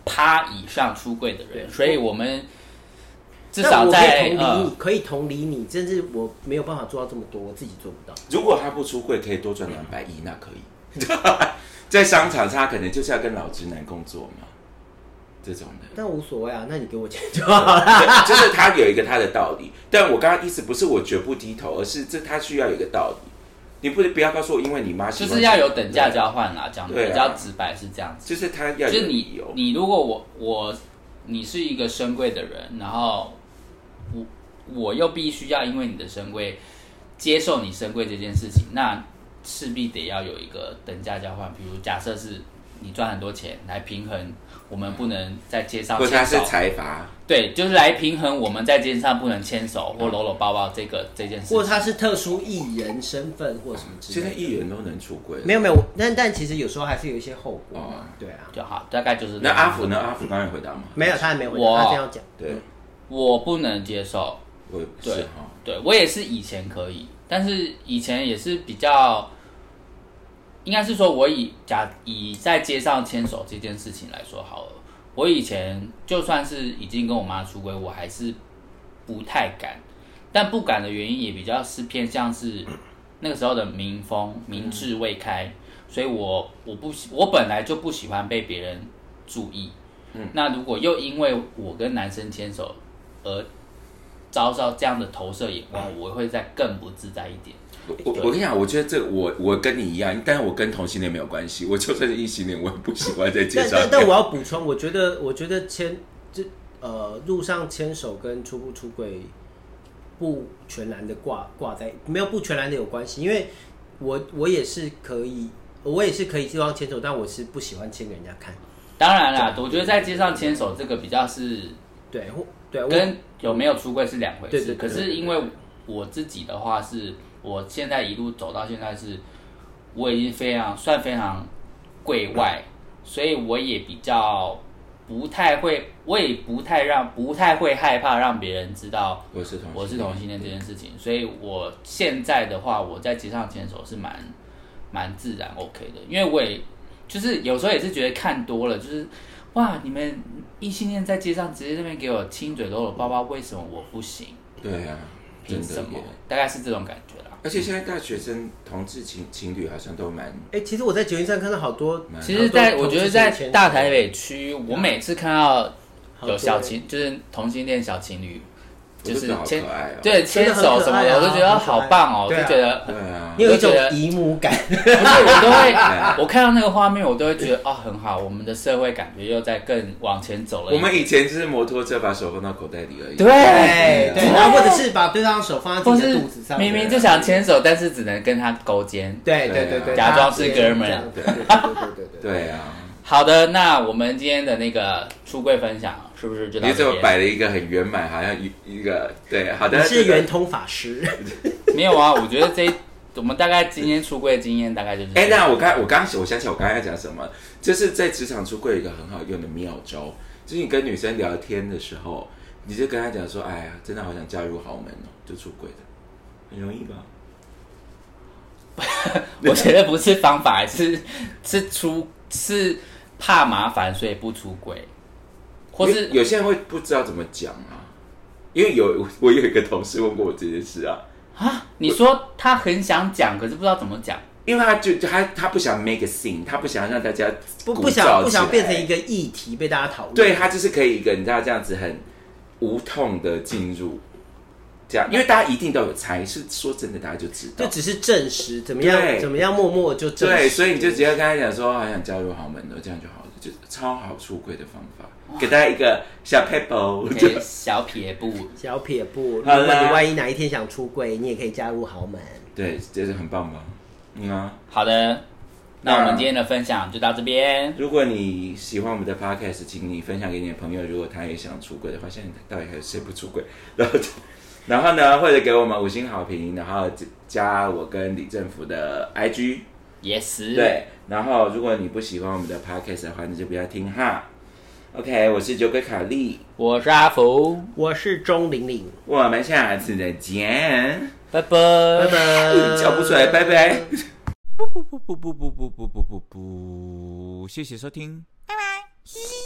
趴以上出柜的人，所以我们至少在但我可以同理你、呃、可以同理你，甚至我没有办法做到这么多，我自己做不到。 如果他不出柜，可以多赚两百亿，那可以。在商场，他可能就是要跟老直男工作嘛，这种的。 但无所谓啊，那你给我钱就好了。 就是他有一个他的道理，但我刚刚意思不是我绝不低头，而是这他需要有一个道理。你不不要告诉我，因为你妈喜欢就是要有等价交换啦，讲的比较直白是这样子。 就是他要有就是你你如果我我你是一个深柜的人，然后我我又必须要因为你的深柜接受你深柜这件事情，那势必得要有一个等价交换。比如假设是你赚很多钱来平衡，我们不能在街上牵手， 或者他是财阀， 对，就是来平衡我们在街上不能牵手或搂搂抱抱这个这件事情， 或者他是特殊艺人身份或什么之类的。 现在艺人都能出柜， 没有没有，但但其实有时候还是有一些后果嘛。哦、对啊， 就好，大概就是那阿福呢？阿福刚才回答吗？ 没有，他还没回答，他这样讲。 对， 我不能接受。 我对是对，我也是以前可以，但是以前也是比较。应该是说，我以假以在街上牵手这件事情来说好了，我以前就算是已经跟我妈出轨，我还是不太敢，但不敢的原因也比较是偏向是那个时候的民风民智未开，嗯、所以我我不我本来就不喜欢被别人注意，嗯，那如果又因为我跟男生牵手而遭到这样的投射眼光，我会再更不自在一点。 我我跟你讲，我觉得这我我跟你一样，但是我跟同性恋没有关系。我就算是异性恋，我也不喜欢在街上。 但 但, 但我要补充，我觉得我觉得牵这呃路上牵手跟出不出柜不全然的挂挂在没有不全然的有关系，因为我我也是可以，我也是可以路上牵手，但我是不喜欢牵给人家看。 当然啦，我觉得在街上牵手这个比较是对对， 跟有没有出柜是两回事。 对对对对对对， 可是因为我自己的话是。我现在一路走到现在是，我已经非常算非常柜外，所以我也比较不太会，我也不太让不太会害怕让别人知道我是同我是同性恋这件事情。所以我现在的话，我在街上牵手是蛮蛮自然 OK 的，因为我也就是有时候也是觉得看多了，就是哇，你们异性恋在街上直接那边给我亲嘴搂搂抱抱，为什么我不行？ 对啊， 凭什么？大概是这种感觉啦。 而且现在大学生同志情情侣好像都蛮…… 哎、欸，其实我在捷运站看到好多， 其实在，在我觉得在大台北区，我每次看到有小情，就是同性恋小情侣。就是牵、 哦、 对牵手什么的，我都觉得好棒哦，我就觉得对啊， 你有一种姨母感， 不是我都会，我看到那个画面，我都会觉得哦很好，我们的社会感觉又在更往前走了。 我们以前就是摩托车，把手放到口袋里而已， 对对，然后或者是把对方手放在自己的肚子上， 明明就想牵手，但是只能跟他勾肩， 对对对对， 假装是哥们， 对对对对对对啊。 好的，那我们今天的那个出柜分享是不是就到这边？ 你怎么摆了一个很圆满，好像一个对，好的。 你是圆通法师？ 没有啊，我觉得这我们大概今天出柜的经验大概就是。 哎、欸，那我刚我刚我想起我刚才要讲什么，就是在职场出柜有一个很好用的妙招，就是你跟女生聊天的时候，你就跟她讲说，哎呀，真的好想嫁入豪门哦，就出柜的，很容易吧？ 我觉得不是方法，是是出是。怕麻烦，所以不出柜，或是有些人会不知道怎么讲啊。因为有我有一个同事问过我这件事啊。 啊，你说他很想讲，可是不知道怎么讲， 因为他就他他不想 make a scene， 他不想让大家不不想不想变成一个议题被大家讨论。 对，他就是可以一个你知道这样子很无痛的进入。这样，因为大家一定都有猜，是说真的，大家就知道， 就只是证实怎么样，怎么样默默就证实。 对，所以你就直接跟他讲说，好想加入豪门的，这样就好了，就超好出柜的方法，给大家一个小 paper， 小撇步， 小撇步。如果你万一哪一天想出柜，你也可以加入豪门。 对，这是很棒吧？嗯啊， 好的。那我们今天的分享就到这边。 如果你喜欢我们的 podcast， 请你分享给你的朋友。如果他也想出柜的话，现在到底还有谁不出柜？然后。然后呢，或者给我们五星好评，然后加我跟李政府的 I G。Yes。对，然后如果你不喜欢我们的 podcast 的话，你就不要听哈。OK， 我是酒鬼卡莉， 我是阿福， 我是钟玲玲， 我们下次再见， 拜拜， 拜拜， 叫不出来，拜拜。 不不不不不不不不不不不，谢谢收听，拜拜。